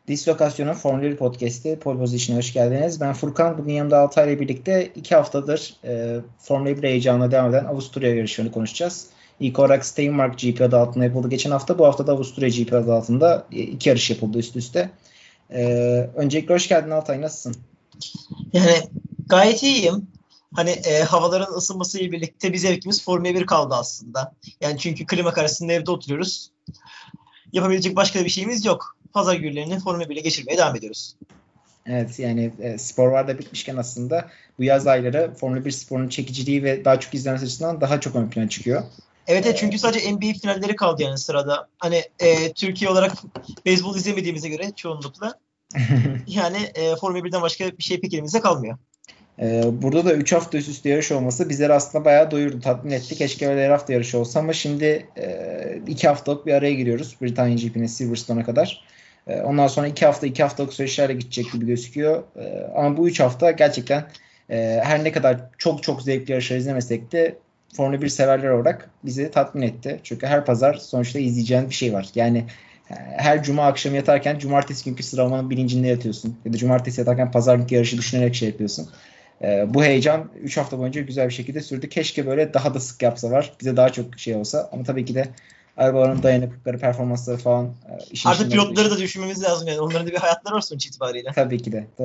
Dislokasyon'un Formula 1 podcast'i Pole Position'a hoş geldiniz. Ben Furkan. Bugün yanımda Altay ile birlikte 2 haftadır Formula 1 heyecanına devam eden Avusturya yarışlarını konuşacağız. İlk olarak Steiermark GP adı altında yapıldı geçen hafta. Bu hafta da Avusturya GP adı altında 2 yarış yapıldı üst üste. Öncelikle hoş geldin Altay. Nasılsın? Yani gayet iyiyim. Havaların ısınmasıyla birlikte bir zevkimiz Formula 1 kaldı aslında. Yani çünkü klima karşısında evde oturuyoruz. Yapabilecek başka bir şeyimiz yok. Pazar günlerini Formula 1'e geçirmeye devam ediyoruz. Evet, yani spor var da bitmişken aslında bu yaz ayları Formula 1 sporunun çekiciliği ve daha çok izlenmesi açısından daha çok ön plana çıkıyor. Evet, çünkü sadece NBA finalleri kaldı yani sırada. Türkiye olarak beyzbol izlemediğimize göre çoğunlukla yani Formula 1'den başka bir şey pek elimizde kalmıyor. Burada da 3 hafta üst üste yarış olması bizleri aslında bayağı doyurdu, tatmin etti. Keşke öyle her hafta yarış olsa ama şimdi 2 haftalık bir araya giriyoruz Britanya GP'nin Silverstone'a kadar. Ondan sonra 2 haftalık süreçlerle gidecek gibi gözüküyor. Ama bu 3 hafta gerçekten her ne kadar çok zevkli yarışlar izlemesek de Formula 1 severler olarak bizi tatmin etti. Çünkü her pazar sonuçta izleyeceğin bir şey var. Yani her cuma akşamı yatarken cumartesi günkü sıralamanın bilincinde yatıyorsun. Ya da cumartesi yatarken pazar günkü yarışı düşünerek şey yapıyorsun. Bu heyecan 3 hafta boyunca güzel bir şekilde sürdü. Keşke böyle daha da sık yapsalar. Bize daha çok şey olsa. Ama tabii ki de arabaların dayanıklıkları, performansları falan Artık pilotları da düşünmemiz lazım yani. Onların da bir hayatları var sonuç itibariyle. Tabii ki de.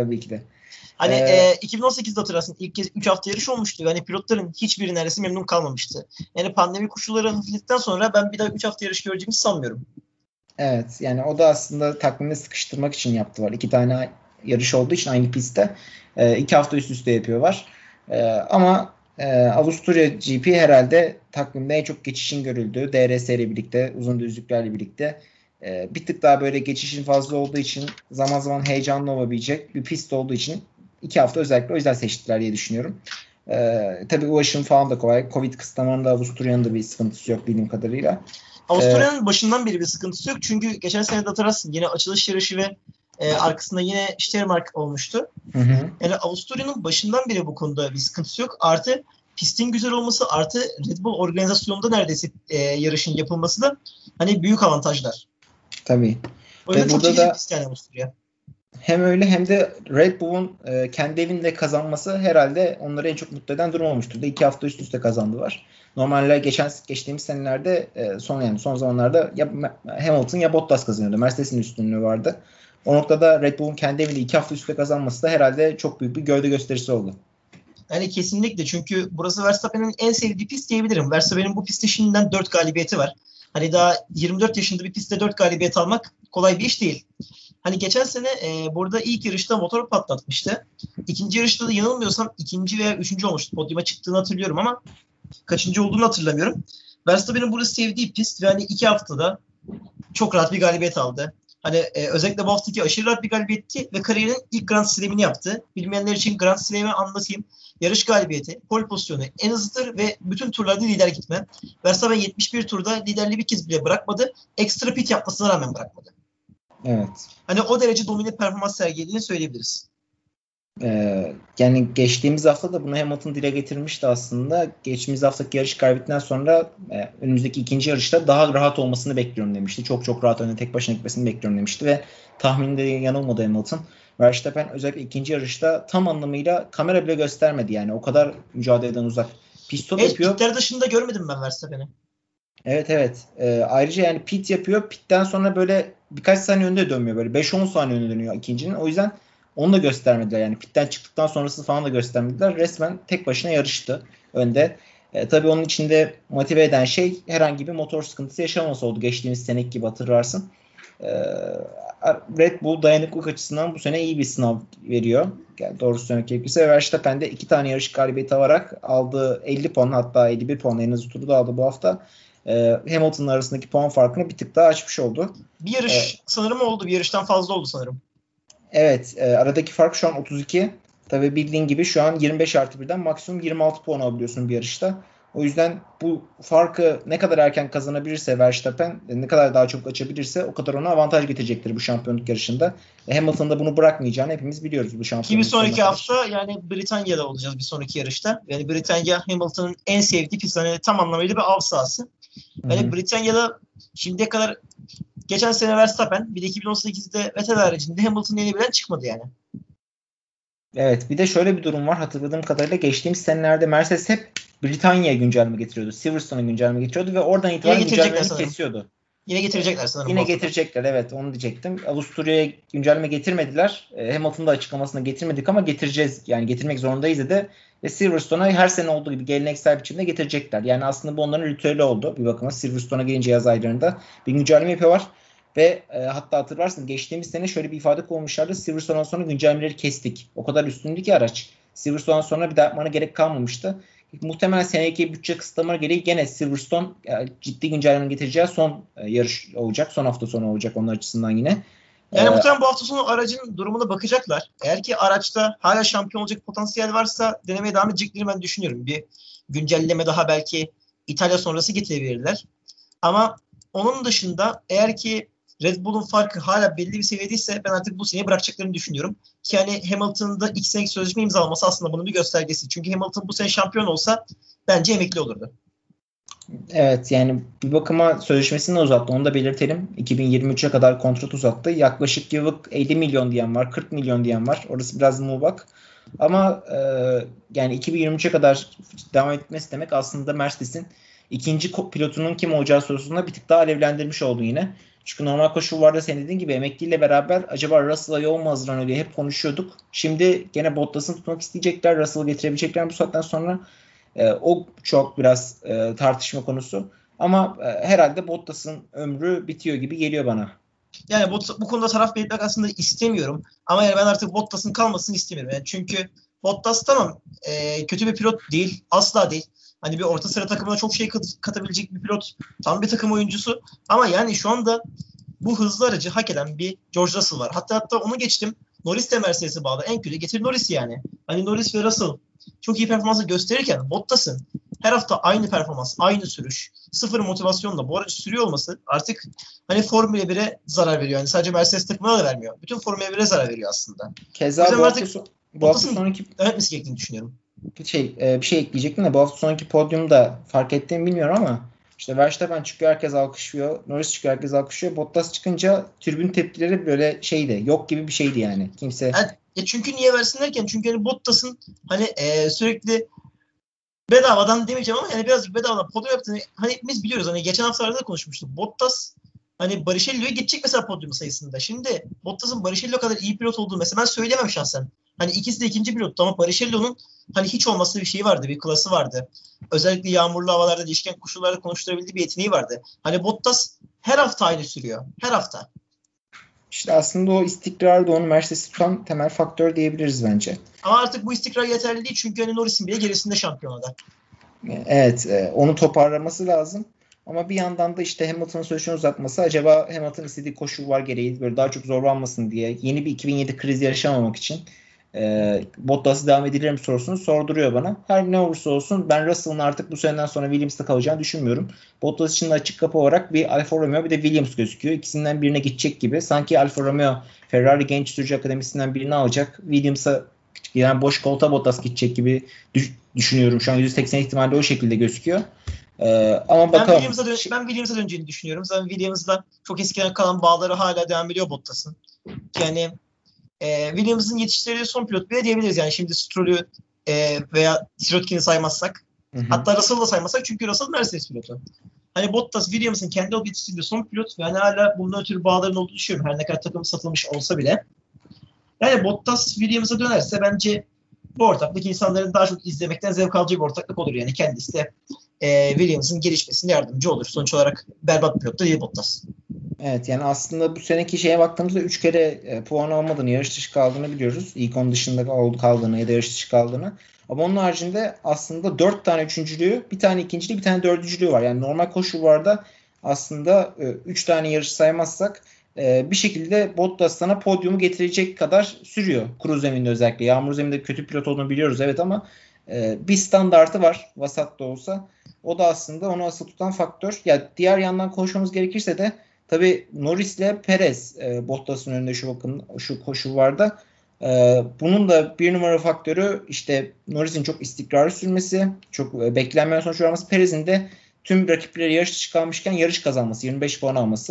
2018'de hatırlarsın ilk kez 3 hafta yarış olmuştu. Yani pilotların hiçbiri neredeyse memnun kalmamıştı. Yani pandemi koşulları hafifledikten sonra ben bir daha 3 hafta yarış göreceğimizi sanmıyorum. Evet, yani o da aslında takvimini sıkıştırmak için yaptılar. 2 tane yarış olduğu için aynı pistte 2 hafta üst üste yapıyorlar. Ama Avusturya GP herhalde takvimde en çok geçişin görüldüğü DRS ile birlikte, uzun düzlüklerle birlikte bir tık daha böyle geçişin fazla olduğu için zaman zaman heyecanlı olabilecek bir pist olduğu için 2 hafta özellikle o yüzden seçtiler diye düşünüyorum. Tabii ulaşım falan da kolay. Covid kısıtlamalarında Avusturya'nın da bir sıkıntısı yok bildiğim kadarıyla. Avusturya'nın başından beri bir sıkıntısı yok. Çünkü geçen sene de hatırlarsın yine açılış yarışı ve arkasında yine Steiermark olmuştu. Hı. Yani Avusturya'nın başından beri bu konuda bir sıkıntısı yok. Artı pistin güzel olması, artı Red Bull organizasyonunda neredeyse yarışın yapılması da büyük avantajlar. Tabii. O yüzden çok çekici pist yani Avusturya. Hem öyle hem de Red Bull'un kendi evinde kazanması herhalde onları en çok mutlu eden durum olmuştur. 2 hafta üst üste kazandılar. Normalde geçtiğimiz senelerde son zamanlarda ya Hamilton ya Bottas kazanıyordu. Mercedes'in üstünlüğü vardı. O noktada Red Bull'un kendi evinde 2 hafta üst üste kazanması da herhalde çok büyük bir gövde gösterisi oldu. Yani kesinlikle, çünkü burası Verstappen'in en sevdiği pist diyebilirim. Verstappen'in bu pistte şimdiden 4 galibiyeti var. Daha 24 yaşında bir pistte 4 galibiyet almak kolay bir iş değil. Geçen sene burada ilk yarışta motor patlatmıştı. İkinci yarışta da yanılmıyorsam ikinci veya üçüncü olmuştu. Podyuma çıktığını hatırlıyorum ama kaçıncı olduğunu hatırlamıyorum. Verstappen'in burası sevdiği pist ve 2 haftada çok rahat bir galibiyet aldı. Özellikle bu haftaki aşırı rahat bir galibiyetti ve kariyerinin ilk Grand Slam'ini yaptı. Bilmeyenler için Grand Slam'i anlatayım. Yarış galibiyeti, pole pozisyonu, en hızlıdır ve bütün turlarda lider gitme. Verstappen 71 turda liderliği bir kez bile bırakmadı. Ekstra pit yapmasına rağmen bırakmadı. Evet. O derece domine performans sergilediğini söyleyebiliriz. Yani geçtiğimiz hafta da bunu Hamilton dile getirmişti aslında. Geçtiğimiz haftaki yarış kaybettikten sonra önümüzdeki ikinci yarışta daha rahat olmasını bekliyorum demişti. Çok rahat önüne tek başına gitmesini bekliyorum demişti ve tahmininde yanılmadı Hamilton. Verstappen özellikle ikinci yarışta tam anlamıyla kamera bile göstermedi yani. O kadar mücadeleden uzak. Pit stop yapıyor. Pitler dışında görmedim ben Verstappen'i. Evet. Ayrıca yani pit yapıyor. Pitten sonra böyle birkaç saniye önde dönmüyor. Böyle 5-10 saniye önde dönüyor ikincinin. O yüzden onu da göstermediler. Yani pitten çıktıktan sonrası falan da göstermediler. Resmen tek başına yarıştı önde. Tabii onun içinde motive eden şey herhangi bir motor sıkıntısı yaşamaması oldu. Geçtiğimiz seneki gibi hatırlarsın. Red Bull dayanıklık açısından bu sene iyi bir sınav veriyor. Yani doğrusu söylemek gerekirse Verstappen de 2 tane yarış galibiyeti alarak aldığı 50 puan, hatta 51 puan en hızlı turu da aldı bu hafta. Hamilton'ın arasındaki puan farkını bir tık daha açmış oldu. Bir yarış sanırım oldu. Bir yarıştan fazla oldu sanırım. Evet. Aradaki fark şu an 32. Tabii bildiğin gibi şu an 25+1'den maksimum 26 puan alabiliyorsun bir yarışta. O yüzden bu farkı ne kadar erken kazanabilirse Verstappen, ne kadar daha çok açabilirse o kadar ona avantaj getirecektir bu şampiyonluk yarışında. Hamilton'da bunu bırakmayacağını hepimiz biliyoruz bu şampiyonluk. Ki bir sonraki hafta Britanya'da olacağız bir sonraki yarışta. Yani Britanya Hamilton'ın en sevdiği pist, tam anlamıyla bir av sahası. Britanya'da şimdiye kadar geçen sene Verstappen bir de 2018'de Vettel haricinde Hamilton'ı yenebilen çıkmadı yani. Evet, bir de şöyle bir durum var. Hatırladığım kadarıyla geçtiğimiz senelerde Mercedes hep Britanya'ya güncelleme getiriyordu. Silverstone'a güncelleme getiriyordu ve oradan Yine itibaren getirecekler güncellemelerini sanırım. kesiyordu. Yine getirecekler sanırım bu Yine haftada. getirecekler, evet, onu diyecektim. Avusturya'ya güncelleme getirmediler. Hamilton'ın da açıklamasını getirmedik ama getireceğiz. Yani getirmek zorundayız dedi. Ve Silverstone'a her sene olduğu gibi geleneksel biçimde getirecekler. Yani aslında bu onların ritüeli oldu. Bir bakıma Silverstone'a gelince yaz aylarında bir güncelleme yapıyorlar. Ve hatta hatırlarsın geçtiğimiz sene şöyle bir ifade koymuşlardı. Silverstone'dan sonra güncellemeleri kestik. O kadar üstündü ki araç. Silverstone'dan sonra bir daha yapmana gerek kalmamıştı. Muhtemelen seneki bütçe kısıtlamaları gereği gene Silverstone ciddi güncelleme getireceği son yarış olacak. Son hafta sonu olacak onlar açısından yine. Yani muhtemelen bu hafta sonu aracın durumuna bakacaklar. Eğer ki araçta hala şampiyon olacak potansiyel varsa denemeye devam edeceklerini ben düşünüyorum. Bir güncelleme daha belki İtalya sonrası getirebilirler. Ama onun dışında eğer ki Red Bull'un farkı hala belli bir seviyedeyse ben artık bu seneyi bırakacaklarını düşünüyorum. Ki hani Hamilton'ın da 2 senelik sözleşme imzalaması aslında bunun bir göstergesi. Çünkü Hamilton bu sene şampiyon olsa bence emekli olurdu. Evet, yani bir bakıma sözleşmesini de uzattı. Onu da belirtelim. 2023'e kadar kontrat uzattı. Yaklaşık yıllık 50 milyon diyen var. 40 milyon diyen var. Orası biraz muğlak. Ama yani 2023'e kadar devam etmesi demek aslında Mercedes'in ikinci pilotunun kim olacağı sorusunda bir tık daha alevlendirmiş oldu yine. Çünkü normal koşullarda senin dediğin gibi emekliyle beraber acaba Russell'a yol mu hazırlanıyor diye hep konuşuyorduk. Şimdi gene Bottas'ın tutmak isteyecekler. Russell'ı getirebilecekler bu saatten sonra. O çok biraz tartışma konusu. Ama herhalde Bottas'ın ömrü bitiyor gibi geliyor bana. Yani bu konuda taraf belirtmek aslında istemiyorum. Ama yani ben artık Bottas'ın kalmasını istemiyorum. Yani çünkü Bottas tamam kötü bir pilot değil. Asla değil. Hani bir orta sıra takımına çok şey katabilecek bir pilot. Tam bir takım oyuncusu. Ama yani şu anda bu hızlı aracı hak eden bir George Russell var. Hatta onu geçtim. Norris de Mercedes'e bağlı. En kötü getir Norris yani. Hani Norris ve Russell çok iyi performansı gösterirken Bottas'ın her hafta aynı performans, aynı sürüş, sıfır motivasyonla bu aracı sürüyor olması artık hani Formula 1'e zarar veriyor. Yani sadece Mercedes takımına da vermiyor. Bütün Formula 1'e zarar veriyor aslında. O Keza yüzden bu artık hafta Bottas'ın sonraki devam etmesi gerektiğini düşünüyorum. bir şey ekleyecektim de bu hafta sonraki podyumda fark ettiğimi bilmiyorum ama işte Verstappen çıkıyor, herkes alkışlıyor. Norris çıkıyor, herkes alkışlıyor. Bottas çıkınca tribün tepkileri böyle şeydi. Yok gibi bir şeydi yani. Kimse Çünkü niye versin derken çünkü hani Bottas'ın hani sürekli bedavadan demeyeceğim ama yani birazcık bedavadan podyum yaptığını hani hepimiz biliyoruz. Hani geçen haftalarda da konuşmuştuk. Bottas hani Barrichello'ya geçecek mesela podyum sayısında. Şimdi Bottas'ın Barrichello kadar iyi pilot olduğunu mesela ben söyleyemem şahsen. Hani ikisi de ikinci pilottu ama Barrichello'nun hani hiç olmazsa bir şeyi vardı. Bir klası vardı. Özellikle yağmurlu havalarda, değişken koşullarda konuşturabildiği bir yeteneği vardı. Hani Bottas her hafta aynı sürüyor. Her hafta. işte aslında o istikrar da onu Mercedes'i tutan temel faktör diyebiliriz bence. Ama artık bu istikrar yeterli değil. Çünkü hani Norris'in bile gerisinde şampiyonada. Evet, onu toparlaması lazım. Ama bir yandan da işte Hamilton'ın sözleşme uzatması acaba Hamilton istediği koşullar gereği böyle daha çok zorlanmasın diye yeni bir 2007 krizi yaşamamak için Bottas'ı devam edilir mi sorusunu sorduruyor bana. Her ne olursa olsun ben Russell'ın artık bu seneden sonra Williams'ta kalacağını düşünmüyorum. Bottas için de açık kapı olarak bir Alfa Romeo bir de Williams gözüküyor. İkisinden birine gidecek gibi. Sanki Alfa Romeo Ferrari Genç Sürücü Akademisi'nden birini alacak. Williams'a yani boş koltuğa Bottas gidecek gibi düşünüyorum. Şu an %80 ihtimalle o şekilde gözüküyor. Ama bakalım. Ben Williams'a döneceğini düşünüyorum. Zaten Williams'la çok eskiden kalan bağları hala devam ediyor Bottas'ın. Yani Williams'ın yetiştirdiği son pilot bile diyebiliriz. Yani şimdi Stroll'ü veya Sirotkin'i saymazsak. Hı hı. Hatta Russell'ı da saymazsak çünkü Russell Mercedes pilotu. Hani Bottas Williams'ın kendi yetiştirdiği son pilot ve hani hala bundan ötürü bağların olduğunu düşünüyorum. Her ne kadar takım satılmış olsa bile. Yani Bottas Williams'a dönerse bence bu ortaklık insanların daha çok izlemekten zevk alacağı bir ortaklık olur. Yani kendisi de Williams'ın gelişmesine yardımcı olur. Sonuç olarak berbat bir pilot da değil Bottas. Evet, yani aslında bu seneki şeye baktığımızda 3 kere puan almadığını, yarış dışı kaldığını biliyoruz. İlk 10 dışında kaldığını ya da yarış dışı kaldığını. Ama onun haricinde aslında 4 tane üçüncülüğü, bir tane ikinciliği, bir tane dördüncülüğü var. Yani normal koşullarda aslında 3 tane yarış saymazsak bir şekilde Bottas sana podyumu getirecek kadar sürüyor. Kuru zeminde özellikle. Yağmur zeminde kötü pilot olduğunu biliyoruz evet ama bir standartı var vasat da olsa. O da aslında onu asıl tutan faktör. Ya diğer yandan konuşmamız gerekirse de tabii Norris ile Perez Bottas'ın önünde şu koşullarda. Bunun da bir numara faktörü işte Norris'in çok istikrarlı sürmesi, çok beklenmeyen sonuç vermesi, Perez'in de tüm rakipleri yarış dışı kalmışken yarış kazanması, 25 puan alması.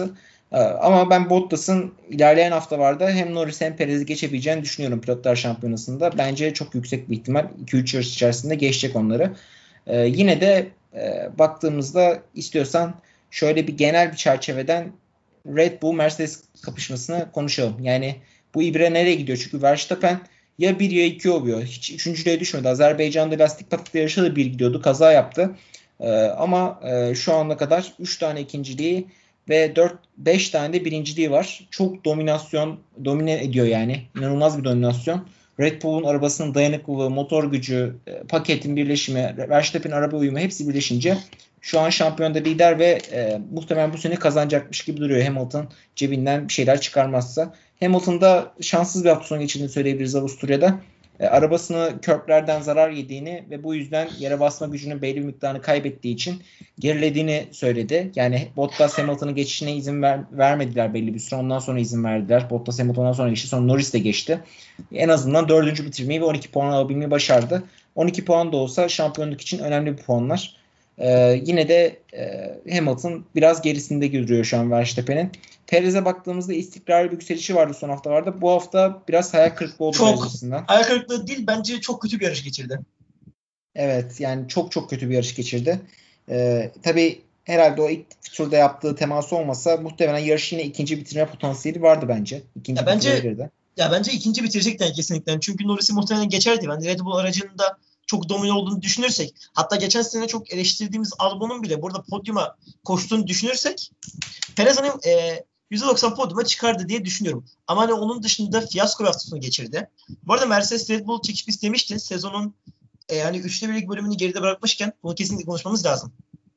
Ama ben Bottas'ın ilerleyen haftalarda hem Norris hem Perez'i geçebileceğini düşünüyorum Pilotlar Şampiyonası'nda. Bence çok yüksek bir ihtimal 2-3 yarış içerisinde geçecek onları. Yine de baktığımızda istiyorsan şöyle bir genel bir çerçeveden Red Bull Mercedes kapışmasını konuşalım. Yani bu ibre nereye gidiyor? Çünkü Verstappen ya 1 ya 2 oluyor. Hiç üçüncülüğe düşmedi. Azerbaycan'da lastik patladı yarışı da 1 gidiyordu. Kaza yaptı. Ama şu ana kadar 3 tane ikinciliği ve 5 tane de birinciliği var. Çok domine ediyor yani. İnanılmaz bir dominasyon. Red Bull'un arabasının dayanıklılığı, motor gücü, paketin birleşimi, Verstappen'in araba uyumu hepsi birleşince şu an şampiyonda lider ve muhtemelen bu sene kazanacakmış gibi duruyor Hamilton cebinden bir şeyler çıkarmazsa. Hamilton'da şanssız bir hafta sonu geçirdiğini söyleyebiliriz Avusturya'da. Arabasını körplerden zarar yediğini ve bu yüzden yere basma gücünün belli bir miktarını kaybettiği için gerilediğini söyledi. Yani Bottas Hamilton'ın geçişine izin vermediler belli bir süre. Ondan sonra izin verdiler. Bottas Hamilton'dan sonra geçti. Sonra Norris de geçti. En azından 4. bitirmeyi ve 12 puan alabilmeyi başardı. 12 puan da olsa şampiyonluk için önemli bir puanlar. Yine de Hamilton biraz gerisinde duruyor şu an Verstappen'in. Perez'e baktığımızda istikrarlı bir yükselişi vardı son haftalarda. Bu hafta biraz hayal kırıklığı oldu Perez açısından. Hayal kırıklığı değil, bence çok kötü bir yarış geçirdi. Evet, yani çok çok kötü bir yarış geçirdi. Tabii herhalde o ilk turda yaptığı teması olmasa muhtemelen yarışı yine ikinci bitirme potansiyeli vardı bence. İkinci bitirebilirdi. Bence ikinci bitirecekler kesinlikle. Çünkü Norris'i muhtemelen geçerdi. Ben Red Bull aracının da çok domine olduğunu düşünürsek, hatta geçen sene çok eleştirdiğimiz Albon'un bile burada podyuma koştuğunu düşünürsek Perez hani %90 podyuma çıkardı diye düşünüyorum. Ama hani onun dışında fiyasko bir haftasını geçirdi. Bu arada Mercedes Red Bull çekişmesi demişti. Sezonun hani 3'te 1'lik bölümünü geride bırakmışken bunu kesinlikle konuşmamız lazım.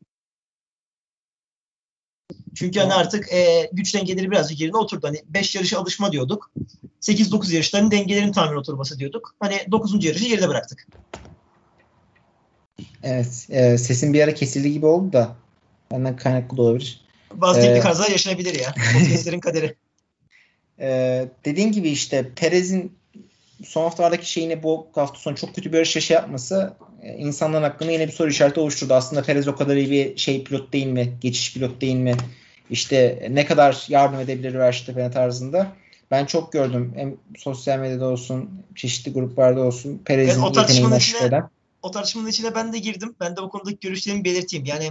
Çünkü hani artık güç dengeleri birazcık yerine oturdu. Hani 5 yarışa alışma diyorduk. 8-9 yarışların dengelerin tamamen oturması diyorduk. Hani 9. yarışı geride bıraktık. Evet. Sesin bir ara kesildi gibi oldu da benden kaynaklı da olabilir. Bazı teknik arızalar yaşanabilir ya. Podcastlerin kaderi. Dediğin gibi işte Perez'in son haftalardaki şeyini bu hafta sonu çok kötü bir yarış yapması insanların hakkında yine bir soru işareti oluşturdu. Aslında Perez o kadar iyi bir pilot değil mi? Geçiş pilot değil mi? İşte ne kadar yardım edebilir Verstappen'e tarzında. Ben çok gördüm. Hem sosyal medyada olsun, çeşitli gruplarda olsun Perez'in yeteneğini aşık eden. O tartışmanın içine ben de girdim. Ben de bu konudaki görüşlerimi belirteyim. Yani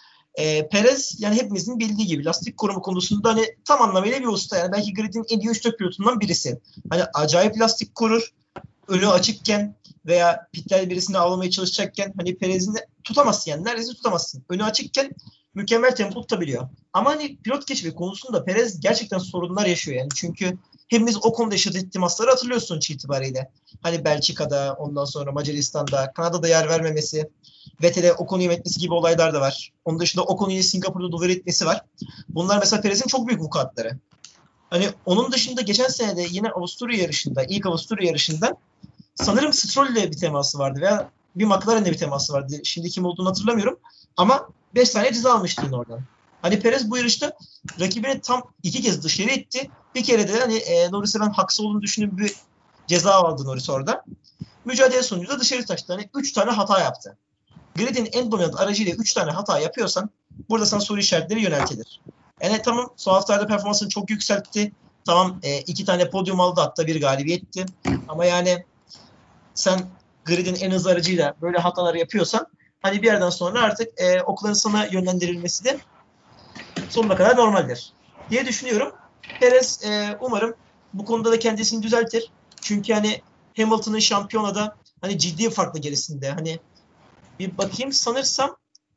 Perez yani hepimizin bildiği gibi lastik koruma konusunda hani tam anlamıyla bir usta. Yani belki gridin en iyi 3-4 pilotundan birisi. Hani acayip lastik korur. Önü açıkken veya pitler birisini avlamaya çalışacakken hani Perez'in tutamazsın yani. Neredeyse tutamazsın. Önü açıkken mükemmel tempo tutabiliyor. Ama hani pilot geçme konusunda Perez gerçekten sorunlar yaşıyor yani. Çünkü hepimiz o konuda yaşadığı temasları hatırlıyoruz sonuç itibariyle. Hani Belçika'da, ondan sonra Macaristan'da, Kanada'da yer vermemesi, Vettel'e o konuyu yönetmesi gibi olaylar da var. Onun dışında o konuyu Singapur'da duvar etmesi var. Bunlar mesela Perez'in çok büyük vukuatları. Hani onun dışında geçen sene de yine ilk Avusturya yarışında sanırım Stroll'le bir teması vardı veya bir McLaren'le bir teması vardı. Şimdi kim olduğunu hatırlamıyorum. Ama 5 saniye ceza almıştı yine oradan. Hani Perez bu yarışta rakibini tam 2 kez dışarı etti. Bir kere de hani Norris'e ben haksız olduğunu düşündüğüm bir ceza aldı Norris orada. Mücadele sonucunda dışarı taştı. Hani 3 tane hata yaptı. Grid'in en dominant aracıyla 3 tane hata yapıyorsan burada sana soru işaretleri yöneltilir. Yani tamam son haftalarda performansını çok yükseltti. Tamam 2 tane podyum aldı, hatta bir galibiyetti. Ama yani sen grid'in en hızlı aracıyla böyle hatalar yapıyorsan hani bir yerden sonra artık okların sana yönlendirilmesi de sonuna kadar normaldir diye düşünüyorum. Perez umarım bu konuda da kendisini düzeltir. Çünkü hani Hamilton'ın şampiyonada hani ciddi farklı gerisinde. Hani bir bakayım, sanırsam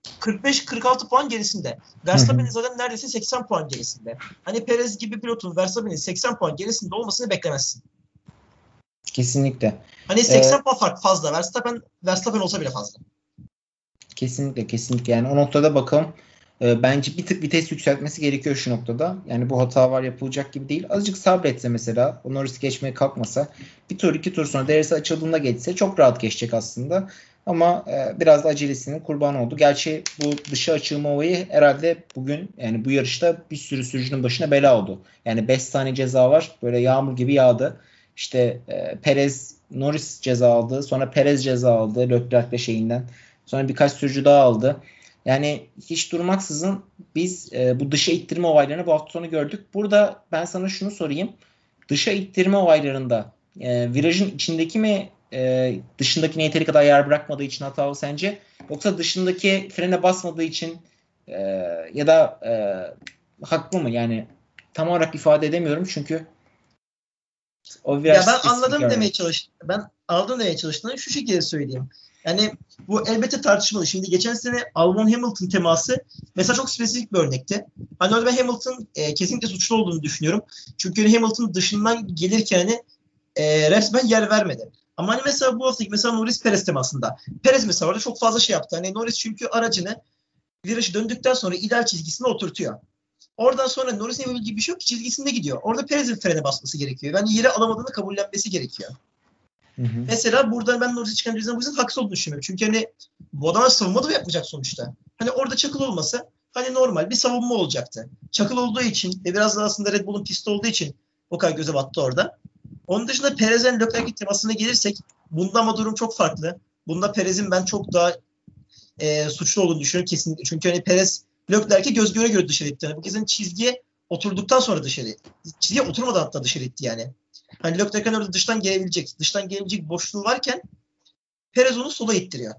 45-46 puan gerisinde. Verstappen'in zaten neredeyse 80 puan gerisinde. Hani Perez gibi pilotun Verstappen'in 80 puan gerisinde olmasını beklemezsin. Kesinlikle. Hani 80 puan fark fazla. Verstappen olsa bile fazla. Kesinlikle. Yani o noktada bakalım. Bence bir tık vites yükseltmesi gerekiyor şu noktada. Yani bu hatalar yapılacak gibi değil. Azıcık sabretse mesela. O Norris geçmeye kalkmasa. Bir tur 2 tur sonra DRS açıldığında geçse çok rahat geçecek aslında. Ama biraz da acelesinin kurbanı oldu. Gerçi bu dışı açılma olayı herhalde bugün yani bu yarışta bir sürü sürücünün başına bela oldu. Yani 5 tane ceza var. Böyle yağmur gibi yağdı. İşte Norris ceza aldı. Sonra Perez ceza aldı. Leclerc'le şeyinden. Sonra birkaç sürücü daha aldı. Yani hiç durmaksızın biz bu dışa ittirme olaylarını bu hafta sonu gördük. Burada ben sana şunu sorayım. Dışa ittirme olaylarında virajın içindeki mi dışındakine yeteri kadar yer bırakmadığı için hatalı sence? Yoksa dışındaki frene basmadığı için e, ya da haklı mı? Yani tam olarak ifade edemiyorum çünkü o viraj Ya ben spesifik anladım demeye örnek. çalıştım. Ben aldım demeye çalıştığını şu şekilde söyleyeyim. Yani bu elbette tartışmalı. Şimdi geçen sene Albon Hamilton teması mesela çok spesifik bir örnekti. Hani orada ben Hamilton kesinlikle suçlu olduğunu düşünüyorum. Çünkü hani Hamilton dışından gelirken hani, resmen yer vermedi. Ama hani mesela bu haftaki mesela Norris Perez temasında. Perez mesela orada çok fazla şey yaptı. Hani Norris çünkü aracını virajı döndükten sonra ideal çizgisine oturtuyor. Oradan sonra Norris'in yapabileceği bir şey yok ki çizgisinde gidiyor. Orada Perez'in frene basması gerekiyor. Yani yeri alamadığını kabullenmesi gerekiyor. Hı hı. Mesela burada ben Norris'i çıkan yüzden bu yüzden haksız olduğunu düşünüyorum. Çünkü hani bu adamlar savunma da yapmayacak sonuçta. Hani orada çakıl olmasa hani normal bir savunma olacaktı. Çakıl olduğu için ve biraz da aslında Red Bull'un pisti olduğu için o kadar göze battı orada. Onun dışında Perez'in Leclerc'in temasına gelirsek bunda ama durum çok farklı. Bunda Perez'in ben çok daha suçlu olduğunu düşünüyorum kesinlikle. Çünkü hani Perez Leclerc'i göz göre göre dışarı itti. Yani bu kez çizgiye oturduktan sonra dışarı. Çizgiye oturmadan hatta dışarı itti yani. Hani Leclerc'in orada dıştan gelebilecek boşluğu varken Perez onu sola ittiriyor.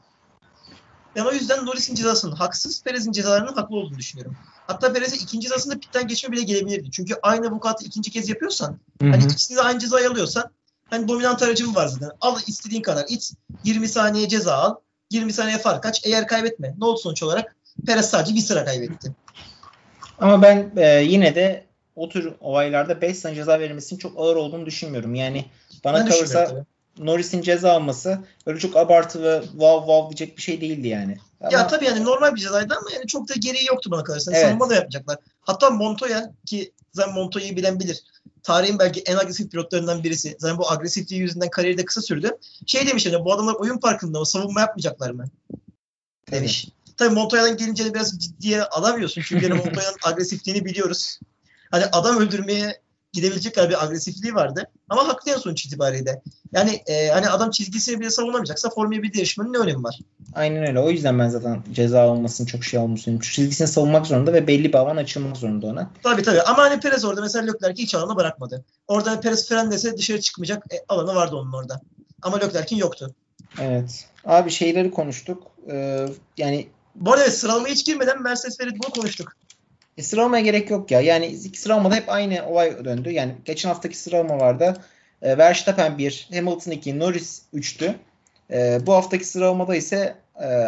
Ben o yüzden Norris'in cezasının haksız, Perez'in cezalarının haklı olduğunu düşünüyorum. Hatta Perez'e ikinci cezasında pitten geçme bile gelebilirdi. Çünkü aynı vukuatı ikinci kez yapıyorsan, Hı hani hı. ikisini de aynı cezayı alıyorsan, hani dominant aracın var zaten. Al istediğin kadar it, 20 saniye ceza al, 20 saniye fark aç, eğer kaybetme. Ne oldu sonuç olarak? Perez sadece bir sıra kaybetti. Ama ben yine de o tür olaylarda 5 sene ceza verilmesinin çok ağır olduğunu düşünmüyorum. Yani bana Ben düşünmüyorum kalırsa tabii. Norris'in ceza alması öyle çok abartı ve wow wow diyecek bir şey değildi yani. Ya Ama tabii yani normal bir cezaydı ama yani çok da gereği yoktu bana kalırsa. Yani savunma evet. da yapmayacaklar. Hatta Montoya ki zaten Montoya'yı bilen bilir. Tarihin belki en agresif pilotlarından birisi. Zaten bu agresifliği yüzünden kariyeri de kısa sürdü. Şey demiş yani bu adamlar oyun parkında mı savunma yapmayacaklar mı? Tabii. Demiş. Tabii Montoya'dan gelince de biraz ciddiye alamıyorsun. Çünkü yani Montoya'nın agresifliğini biliyoruz. Hani adam öldürmeye gidebilecek kadar bir agresifliği vardı. Ama haklı yani sonuç itibariyle. Yani hani adam çizgisini bile savunamayacaksa Formula 1 yarışmanın ne önemi var? Aynen öyle. O yüzden ben zaten ceza almasının çok şey olmasını çizgisini savunmak zorunda ve belli bir alan açılmak zorunda ona. Tabii tabii. Ama hani Perez orada mesela Leclerc'i hiç alana bırakmadı. Orada hani Perez fren dese dışarı çıkmayacak alanı vardı onun orada. Ama Leclerc'in yoktu. Evet. Abi şeyleri konuştuk. Yani Bu arada evet, sıralamaya hiç girmeden Mercedes ve Red Bull'u konuştuk. sıralamaya gerek yok ya. Yani iki sıralamada hep aynı olay döndü. Yani geçen haftaki sıralamalarda Verstappen 1, Hamilton 2, Norris 3'tü. Bu haftaki sıralamada ise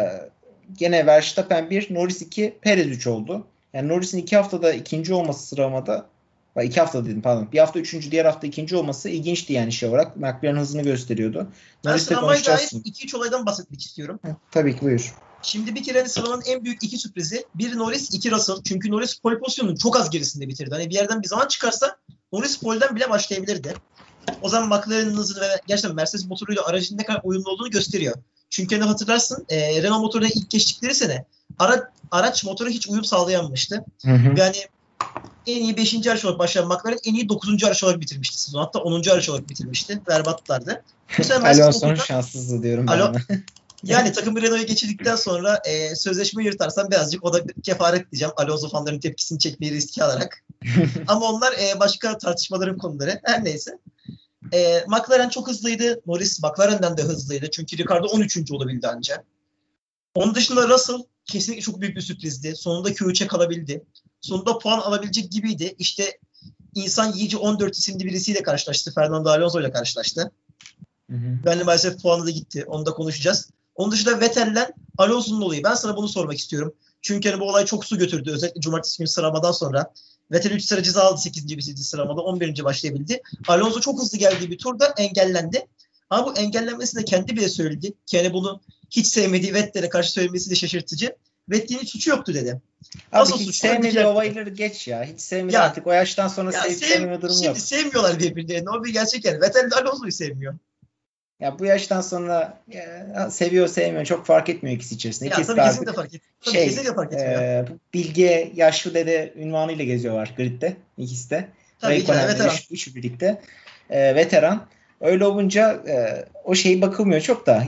gene Verstappen 1, Norris 2, Perez 3 oldu. Yani Norris'in 2 haftada ikinci olması sıralamada 2 hafta dedim pardon. Bir hafta üçüncü, diğer hafta ikinci olması ilginçti yani şey olarak. McLaren hızını gösteriyordu. Ben Norris'te sıralamaya konuşacağız dair şimdi. 2-3 olaydan bahsetmek istiyorum. Tabii ki buyur. Şimdi bir kere hani sıralamanın en büyük iki sürprizi. Bir Norris, iki Russell. Çünkü Norris pole pozisyonunun çok az gerisinde bitirdi. Hani bir yerden bir zaman çıkarsa Norris pole'den bile başlayabilirdi. O zaman McLaren'ın hızını ve gerçekten Mercedes motoruyla aracın ne kadar uyumlu olduğunu gösteriyor. Çünkü hani hatırlarsın Renault motoruna ilk geçtikleri sene araç motora hiç uyum sağlayamamıştı. Hı hı. Yani en iyi 5. araç olarak başlayan McLaren en iyi 9. araç olarak bitirmişti sezon. Hatta 10. araç olarak bitirmişti. Berbatlardı. Bu sene Mercedes Alonso'nun motoruna şanssızlığı diyorum ben alo, ona. yani takımı Renault'a geçirdikten sonra sözleşme yırtarsam birazcık o da kefaret diyeceğim. Alonso fanların tepkisini çekmeyi riske alarak. Ama onlar başka tartışmaların konuları. Her neyse. McLaren çok hızlıydı. Norris McLaren'den de hızlıydı. Çünkü Ricardo 13. olabildi ancak. Onun dışında Russell kesinlikle çok büyük bir sürprizdi. Sonunda Q3'e kalabildi. Sonunda puan alabilecek gibiydi. İşte insan yiyici 14 isimli birisiyle karşılaştı. Fernando Alonso ile karşılaştı. Hı hı. Yani maalesef puanı da gitti. Onu da konuşacağız. Onun dışında Vettel'den Alonso'nun olayı. Ben sana bunu sormak istiyorum. Çünkü hani bu olay çok su götürdü. Özellikle cumartesi günü sıralamadan sonra. Vettel 3 sıra ceza aldı 8. bitirdi sıralamada. 11. başlayabildi. Alonso çok hızlı geldiği bir turda engellendi. Ama bu engellenmesini de kendi bile söyledi. Ki hani bunu hiç sevmediği Vettel'e karşı söylemesi de şaşırtıcı. Vettel'in suçu yoktu dedi. Abi Asıl hiç suçlandıklar sevmediği dedi. olayları geç ya. Hiç sevmedi Ya artık. O yaştan sonra ya sevip sevmeme durumu şimdi yok. sevmiyorlar birbirlerini. O bir gerçek yani. Vettel de Alonso'yu sevmiyor. Ya bu yaştan sonra seviyor sevmiyor çok fark etmiyor ikisi içerisinde. Ya İkisi tabii de kesinlikle artık fark et. Tabii kesinlikle fark etmiyor. bu bilge yaşlı dede ünvanıyla geziyorlar gridde ikisi de. Tabii ki de Raikkonen'le veteran. üçü birlikte. Veteran. Öyle olunca o şey bakılmıyor çok da. Yani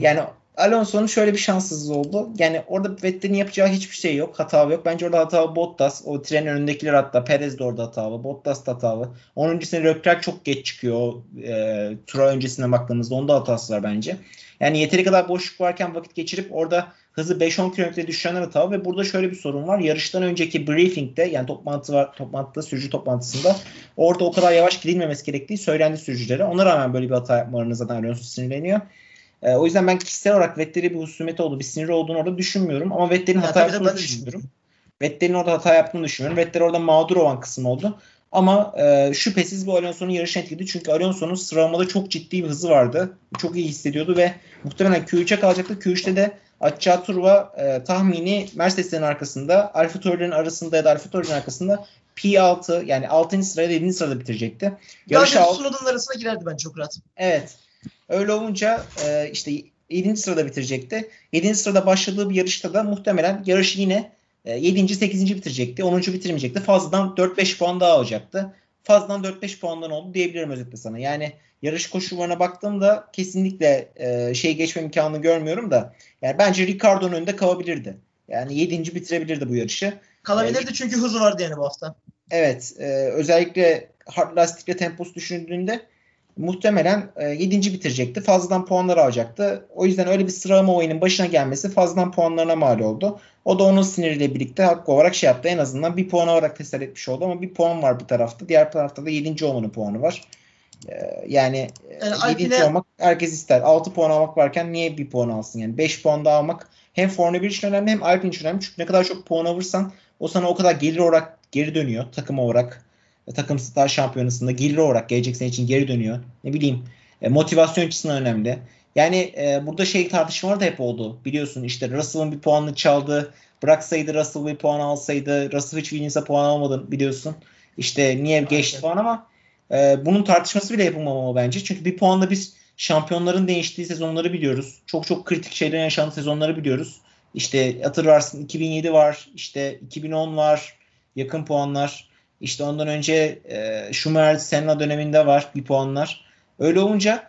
Alonso'nun şöyle bir şanssızlığı oldu. Yani orada Vettel'in yapacağı hiçbir şey yok. Hata yok. Bence orada hatalı Bottas. O trenin önündekiler hatta. Perez de orada hatalı. Bottas da hatalı. Onun öncesinde Leclerc çok geç çıkıyor. Tura öncesine baktığımızda onda hatası var bence. Yani yeteri kadar boşluk varken vakit geçirip orada hızı 5-10 km düşürenler hatalı ve burada şöyle bir sorun var. Yarıştan önceki briefingde yani toplantıda sürücü toplantısında orada o kadar yavaş gidilmemesi gerektiği söylendi sürücülere. Ona rağmen böyle bir hata yapmalarına zaten Alonso sinirleniyor. O yüzden ben kişisel olarak Vettel'e bir husumeti olduğu, bir siniri olduğunu orada düşünmüyorum. Ama Vettel'in hata yaptığını düşünüyorum. Vettel'in orada hata yaptığını düşünüyorum. Vettel orada mağdur olan kısım oldu. Ama şüphesiz bu Alonso'nun yarışını etkiledi. Çünkü Alonso'nun sıralamada çok ciddi bir hızı vardı. Çok iyi hissediyordu ve muhtemelen Q3'e kalacaktı. Q3'te de atacağı turva tahmini Mercedes'lerin arkasında, AlphaTauri'lerin arasında ya da AlphaTauri'nin arkasında P6 yani 6. sırada 7. sırada bitirecekti. Yarışı Tsunoda'nın arasına girerdi ben çok rahat. Evet. Öyle olunca işte 7. sırada bitirecekti. 7. sırada başladığı bir yarışta da muhtemelen yarışı yine 7. 8. bitirecekti. 10. bitirmeyecekti. Fazladan 4-5 puan daha alacaktı. Fazladan 4-5 puandan oldu diyebilirim özetle sana. Yani yarış koşullarına baktığımda kesinlikle geçme imkanını görmüyorum da yani bence Ricciardo'nun önünde kalabilirdi. Yani 7. bitirebilirdi bu yarışı. Kalabilirdi çünkü hızı vardı yani bu hafta. Evet. Özellikle hard lastikle temposu düşündüğünde muhtemelen 7. bitirecekti. Fazladan puanlar alacaktı. O yüzden öyle bir sıralama oyunun başına gelmesi fazladan puanlarına mal oldu. O da onun siniriyle birlikte hakkı olarak yaptı. En azından bir puan olarak teselli etmiş oldu ama bir puan var bir tarafta. Diğer tarafta da 7. olmanın puanı var. Yani 7. olmak herkes ister. 6 puan almak varken niye bir puan alsın? Yani 5 puan daha almak hem Formula 1 için önemli hem Alpine için önemli. Çünkü ne kadar çok puan alırsan o sana o kadar gelir olarak geri dönüyor. Takım olarak. Takım Star Şampiyonası'nda gelir olarak gelecek sene için geri dönüyor. Ne bileyim motivasyon açısından önemli. Yani burada tartışmalar da hep oldu. Biliyorsun işte Russell'ın bir puanını çaldı. Bıraksaydı Russell bir puan alsaydı. Russell hiç Williams'a puan almadı biliyorsun. İşte niye geçti falan ama bunun tartışması bile yapılmamalı bence. Çünkü bir puanla biz şampiyonların değiştiği sezonları biliyoruz. Çok çok kritik şeyler yaşandığı sezonları biliyoruz. İşte hatırlarsın 2007 var. İşte 2010 var. Yakın puanlar. İşte ondan önce Schumacher Senna döneminde var bir puanlar. Öyle olunca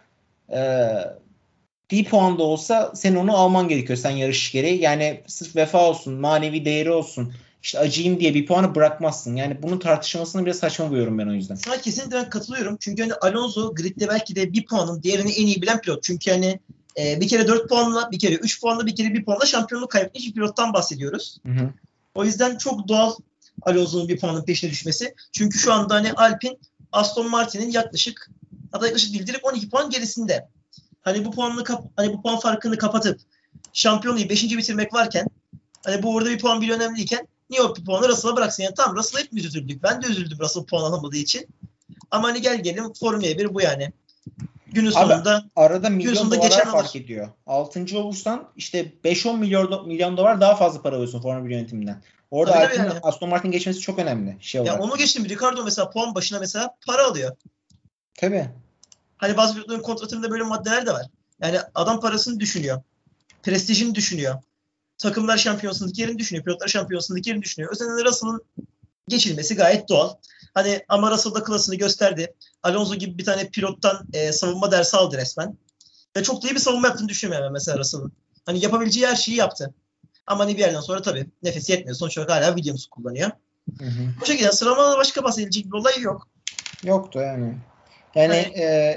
bir puan da olsa sen onu alman gerekiyor sen yarış gereği. Yani sırf vefa olsun, manevi değeri olsun. İşte acıyım diye bir puanı bırakmazsın. Yani bunun tartışılmasını biraz saçma buluyorum ben o yüzden. Sana kesinlikle ben katılıyorum. Çünkü hani Alonso gridde belki de bir puanın diğerini en iyi bilen pilot. Çünkü hani bir kere 4 puanla, bir kere 3 puanla, bir kere 1 puanla şampiyonluk kaybetmiş bir pilottan bahsediyoruz. Hı. O yüzden çok doğal Alonso'nun bir puanın peşine düşmesi. Çünkü şu anda hani Alpine Aston Martin'in yaklaşık değil direkt 12 puan gerisinde. Hani bu puan farkını kapatıp şampiyonluğu 5. bitirmek varken hani bu orada bir puan bile önemliyken niye o bir puanı Russell'a bıraksın? Yani tamam Russell'a hepimiz üzüldük. Ben de üzüldüm Russell puan alamadığı için. Ama hani gelelim Formula 1 bu yani. Günün sonunda abi, arada milyon dolar fark ediyor. 6. olursan işte 5-10 milyon dolar daha fazla para alıyorsun Formula 1 yönetiminden. Orada Alpine'in yani. Aston Martin geçmesi çok önemli. Ya onu geçtim. Ricardo mesela puan başına mesela para alıyor. Tabii. Hani bazı pilotların kontratında böyle maddeler de var. Yani adam parasını düşünüyor. Prestijini düşünüyor. Takımlar şampiyonasındaki yerini düşünüyor. Pilotlar şampiyonasındaki yerini düşünüyor. Özellikle Russell'ın geçilmesi gayet doğal. Hani ama Russell da klasını gösterdi. Alonso gibi bir tane pilottan savunma dersi aldı resmen. Ve çok da iyi bir savunma yaptığını düşünüyorum ben mesela Russell'ın. Hani yapabileceği her şeyi yaptı. Ama hani bir yerden sonra tabii nefesi yetmiyor. Sonuç olarak hala Williams kullanıyor. Hı. Bu şekilde sıralamada başka bahsedilecek bir olay yok. Yoktu yani. Yani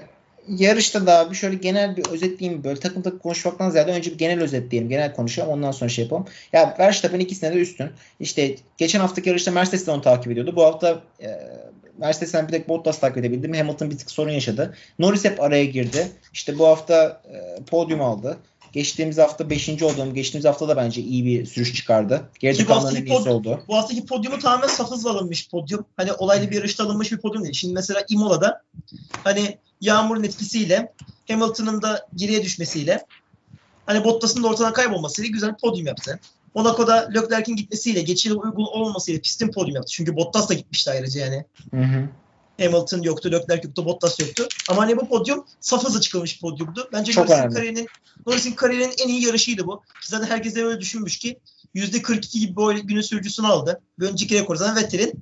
yarışta da bir şöyle genel bir özetleyeyim. Böyle takım konuşmaktan ziyade önce bir genel özetleyelim. Genel konuşalım. Ondan sonra yapalım. Ya Verstappen ikisine de üstün. İşte geçen haftaki yarışta Mercedes de onu takip ediyordu. Bu hafta Mercedes'ten bir tek Bottas takip edebildi mi? Hamilton bir tık sorun yaşadı. Norris hep araya girdi. İşte bu hafta podyum aldı. Geçtiğimiz hafta 5. oldu. Geçtiğimiz hafta da bence iyi bir sürüş çıkardı. Geride kalanların en iyisi oldu. Bu haftaki podyumu tamamen saf hızla alınmış podyum. Hani olaylı bir yarışta alınmış bir podyum değil. Şimdi mesela Imola'da hani yağmurun etkisiyle Hamilton'ın da geriye düşmesiyle hani Bottas'ın da ortadan kaybolmasıyla güzel bir podyum yaptı. Monaco'da Leclerc'in gitmesiyle geçişe uygun olmamasıyla pistin podyum yaptı. Çünkü Bottas da gitmişti ayrıca yani. Hı. Hamilton yoktu, Leclerc yoktu, Bottas yoktu. Ama hani bu podyum saf hızla çıkılmış bir podyumdu. Bence Norris'in kariyerinin en iyi yarışıydı bu. Zaten herkes de öyle düşünmüş ki %42 gibi böyle günün sürücüsünü aldı. Bir önceki rekor zaten Vettel'in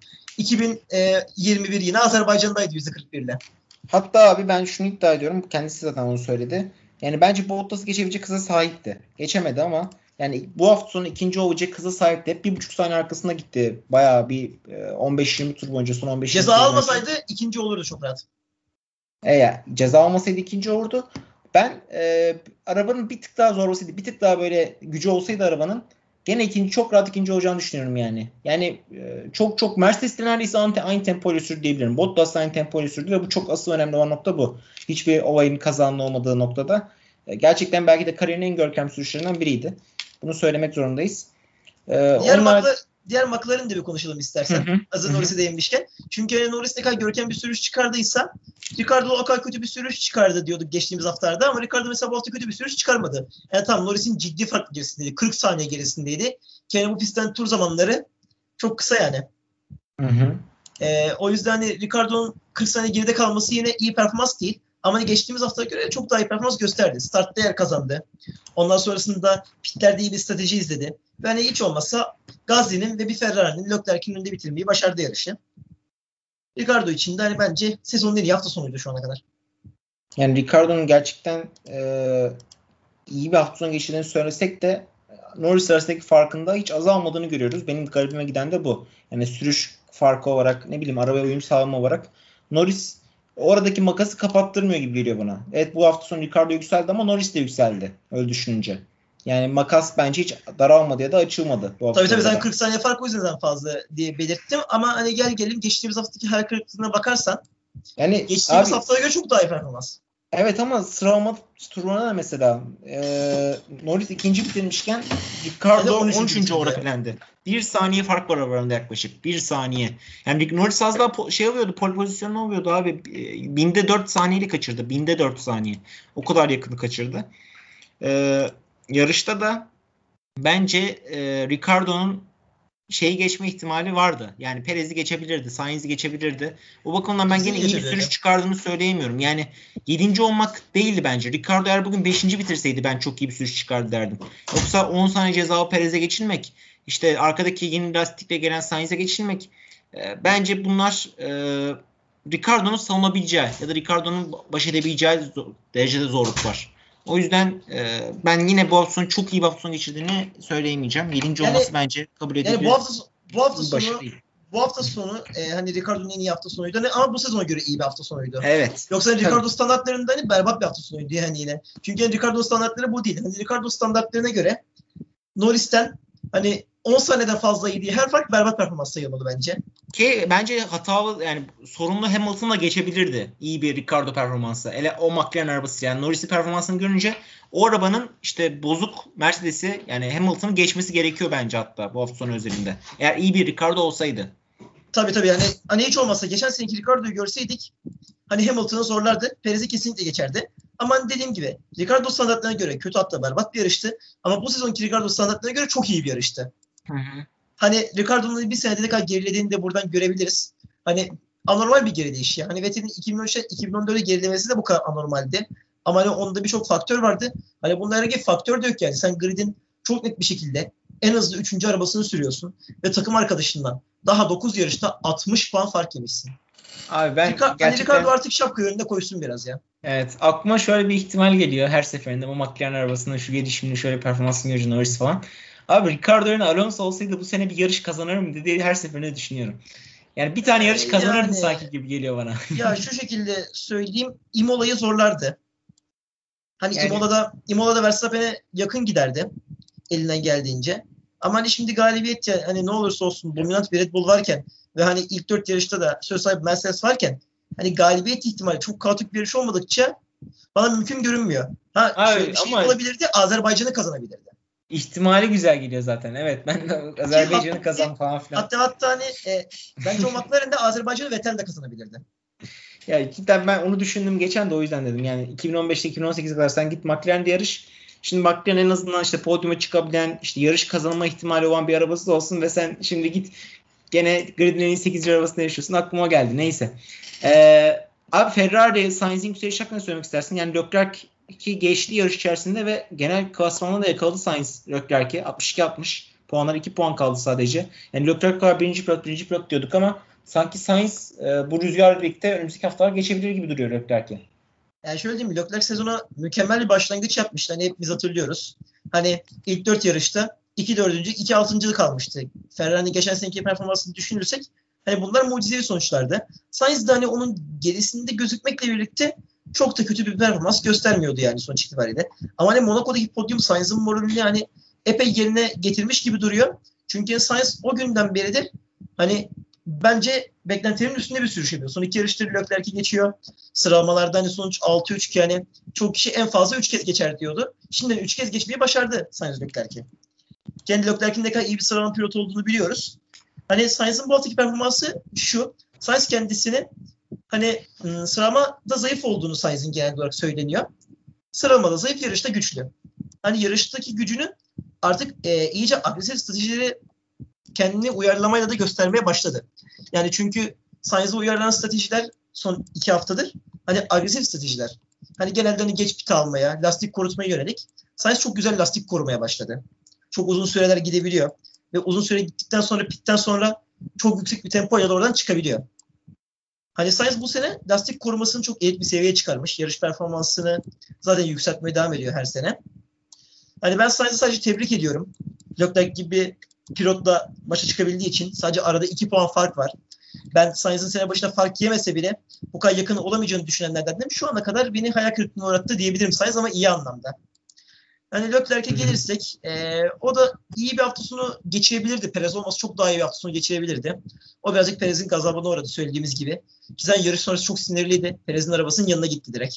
2021 yine Azerbaycan'daydı %41 ile. Hatta abi ben şunu iddia ediyorum. Kendisi zaten onu söyledi. Yani bence Bottas'ı geçebilecek hıza sahipti. Geçemedi ama yani bu hafta sonu ikinci olacak hıza sahipti. Hep 1,5 saniye arkasında gitti. Bayağı bir 15-20 tur boyunca, son 15-20 Ceza tur boyunca. almasaydı ikinci olurdu çok rahat. Eğer ceza almasaydı ikinci olurdu. Ben arabanın bir tık daha zor olsaydı, bir tık daha böyle gücü olsaydı arabanın gene çok rahat ikinci olacağını düşünüyorum yani. Yani çok Mercedes'te neredeyse aynı tempoyla sürdü diyebilirim. Bottas aynı tempoyla sürdü ve bu çok asıl önemli olan nokta bu. Hiçbir olayın kazanma olmadığı noktada. Gerçekten belki de kariyerinin en görkemli sürüşlerinden biriydi. Bunu söylemek zorundayız. Diğer McLaren'ı da bir konuşalım istersen. Hazır Norris'e değinmişken. Çünkü Norris ne kadar görkemli bir sürüş çıkardıysa Ricardo o kadar kötü bir sürüş çıkardı diyorduk geçtiğimiz haftalarda ama Ricardo mesela bu hafta kötü bir sürüş çıkarmadı. Yani tamam Norris'in ciddi fark gerisindeydi. 40 saniye gerisindeydi. Yani bu pistten tur zamanları çok kısa yani. O yüzden hani Ricardo'nun 40 saniye geride kalması yine iyi performans değil. Ama geçtiğimiz haftaya göre çok daha iyi performans gösterdi. Startta yer kazandı. Ondan sonrasında pitlerde iyi bir strateji izledi. Ve hani hiç olmazsa Gasly'nin ve bir Ferrari'nin Leclerc'in önünde bitirmeyi başardı yarışı. Ricardo için de hani bence sezonun en iyi hafta sonuydu şu ana kadar. Yani Ricardo'nun gerçekten iyi bir hafta sonu geçirdiğini söylesek de Norris arasındaki farkında hiç azalmadığını görüyoruz. Benim garibime giden de bu. Yani sürüş farkı olarak, ne bileyim, arabaya uyum sağlama olarak Norris oradaki makası kapattırmıyor gibi geliyor bana. Evet, bu hafta sonu Ricardo yükseldi ama Norris de yükseldi. Öyle düşününce. Yani makas bence hiç daralmadı ya da açılmadı. Tabii sen 40 saniye fark o yüzden fazla diye belirttim. Ama hani gelelim geçtiğimiz haftaki hayal kırıklığına bakarsan yani geçtiğimiz haftaya göre çok daha iyi performans. Evet ama sıralama turuna da mesela Norris ikinci bitirmişken Ricardo 13. olarak elendi. 1 saniye fark var aralarında yaklaşık. 1 saniye. Yani Norris az daha alıyordu. Pole pozisyonu alıyordu abi. Binde 4 saniyeli kaçırdı. Binde 4 saniye. O kadar yakını kaçırdı. Yarışta da bence Ricardo'nun şeyi geçme ihtimali vardı. Yani Perez'i geçebilirdi. Sainz'i geçebilirdi. O bakımdan ben gene iyi bir sürüş çıkardığını söyleyemiyorum. Yani 7. olmak değildi bence. Ricardo eğer bugün 5. bitirseydi ben çok iyi bir sürüş çıkardı derdim. Yoksa 10 saniye cezalı Perez'e geçilmek, işte arkadaki yeni lastikle gelen Sainz'e geçilmek, bence bunlar Ricardo'nun savunabileceği ya da Ricardo'nun baş edebileceği derecede zorluk var. O yüzden ben yine bu hafta sonu çok iyi bir hafta sonu geçirdiğini söyleyemeyeceğim. 7. olması bence kabul edilebilir. Yani bu hafta sonu hani Ricardo'nun en iyi hafta sonuydu ama bu sezona göre iyi bir hafta sonuydu. Evet. Yoksa Ricardo standartlarında hani berbat bir hafta sonuydu yani yine. Çünkü yani Ricardo standartları bu değil. Hani Ricardo standartlarına göre Norris'ten hani 10 saniyeden fazla iyi her fark berbat performans sayılmalı bence. Ki bence hatalı, yani sorunlu Hamilton'la geçebilirdi iyi bir Ricardo performansı. Hele o McLaren arabası, yani Norris'in performansını görünce o arabanın işte bozuk Mercedes'i, yani Hamilton'ı geçmesi gerekiyor bence hatta bu hafta sonu özelinde. Eğer iyi bir Ricardo olsaydı. Tabii yani hani hiç olmazsa geçen seneki Ricardo'yu görseydik hani Hamilton'ı zorlardı. Perez'i kesinlikle geçerdi. Ama hani dediğim gibi Ricardo standartlarına göre kötü, hatta berbat bir yarıştı. Ama bu sezonki Ricardo standartlarına göre çok iyi bir yarıştı. Hani Ricardo'nun bir senede ne kadar gerilediğini de buradan görebiliriz. Hani anormal bir gerileyiş ya. Hani Vettel'in 2014'e gerilemesi de bu kadar anormaldi. Ama hani onda birçok faktör vardı. Hani bunlara gibi faktör de yok yani. Sen gridin çok net bir şekilde en hızlı 3. arabasını sürüyorsun ve takım arkadaşından daha 9 yarışta 60 puan fark yemişsin. Abi ben gerçekten... Ricardo artık şapkayı önüne koysun biraz ya. Evet, aklıma şöyle bir ihtimal geliyor her seferinde. Bu McLaren arabasında şu gelişimli şöyle performansını görünce Norris falan. Abi Ricardo yerine Alonso olsaydı bu sene bir yarış kazanır mı diye her seferinde düşünüyorum. Yani bir tane yarış kazanırdı sanki gibi geliyor bana. Ya şu şekilde söyleyeyim, Imola'yı zorlardı. Hani yani... Imola'da Verstappen'e yakın giderdi elinden geldiğince. Ama hani şimdi galibiyet ya, hani ne olursa olsun dominant bir Red Bull varken ve hani ilk 4 yarışta da söz sahibi Mercedes varken hani galibiyet ihtimali çok kaotik bir yarış olmadıkça bana mümkün görünmüyor. Şöyle bir şey olabilirdi, Azerbaycan'ı kazanabilirdi. İhtimali güzel geliyor zaten. Evet, ben de Azerbaycan'ı kazan falan filan. Hatta hani bence o McLaren'de Azerbaycan'ı Vettel de kazanabilirdi. Ya cidden ben onu düşündüm geçen de, o yüzden dedim. Yani 2015'te 2018'e kadar sen git McLaren'de yarış. Şimdi McLaren en azından işte podyuma çıkabilen, işte yarış kazanma ihtimali olan bir arabası da olsun ve sen şimdi git gene gridin en iyi 8. arabasında yaşıyorsun. Aklıma geldi. Neyse. Abi Ferrari, Sainz'in yükseliş hakkında söylemek istersin. Yani Leclerc ki geçti yarış içerisinde ve genel klasmanda da yakaladı Sainz Leclerc'i. 62-60. Puanlar 2 puan kaldı sadece. Yani Leclerc kadar birinci pilot diyorduk ama sanki Sainz bu rüzgarla birlikte önümüzdeki haftalar geçebilir gibi duruyor Leclerc'e. Yani şöyle diyeyim mi? Leclerc sezona mükemmel bir başlangıç yapmıştı. Hani hepimiz hatırlıyoruz. Hani ilk 4 yarışta 2 dördüncülük, 2 altıncılık almıştı. Ferrari'nin geçen seneki performansını düşünürsek hani bunlar mucizevi sonuçlardı. Sainz de hani onun gerisinde gözükmekle birlikte çok da kötü bir performans göstermiyordu yani sonuç itibariyle. Ama hani Monaco'daki podyum Sainz'ın moralini hani epey yerine getirmiş gibi duruyor. Çünkü Sainz o günden beridir hani bence beklentilerin üstünde bir sürüş yapıyor. Son 2 yarıştır Leclerc'i geçiyor. Sıralamalarda hani sonuç 6-3 yani çok kişi en fazla 3 kez geçer diyordu. Şimdi 3 kez geçmeyi başardı Sainz Leclerc'i. Kendi Leclerc'in ne kadar iyi bir sıralama pilotu olduğunu biliyoruz. Hani Sainz'ın bu haftaki performansı şu. Sainz kendisini hani sıralamada zayıf olduğunu Sainz'in genel olarak söyleniyor. Sıralamada zayıf, yarışta güçlü. Hani yarıştaki gücünü artık iyice agresif stratejileri kendini uyarlamayla da göstermeye başladı. Yani çünkü Sainz'e uyarlanan stratejiler son 2 haftadır hani agresif stratejiler. Hani genelde hani geç pit almaya, lastik korutmaya yönelik. Sainz çok güzel lastik korumaya başladı. Çok uzun süreler gidebiliyor. Ve uzun süre gittikten sonra pitten sonra çok yüksek bir tempoyla da oradan çıkabiliyor. Hani Sainz bu sene lastik korumasını çok elit bir seviyeye çıkarmış. Yarış performansını zaten yükseltmeye devam ediyor her sene. Hani ben Sainz'i sadece tebrik ediyorum. Leclerc gibi pilotla başa çıkabildiği için sadece arada 2 puan fark var. Ben Sainz'in sene başında fark yemese bile bu kadar yakın olamayacağını düşünenlerdendim. Şu ana kadar beni hayal kırıklığına uğrattı diyebilirim Sainz ama iyi anlamda. Hani Leclerc'e gelirsek o da iyi bir hafta sonu geçirebilirdi. Perez olmasa çok daha iyi bir hafta sonu geçirebilirdi. O birazcık Perez'in gazabına uğradı söylediğimiz gibi. Zaten yarış sonrası çok sinirliydi. Perez'in arabasının yanına gitti direkt.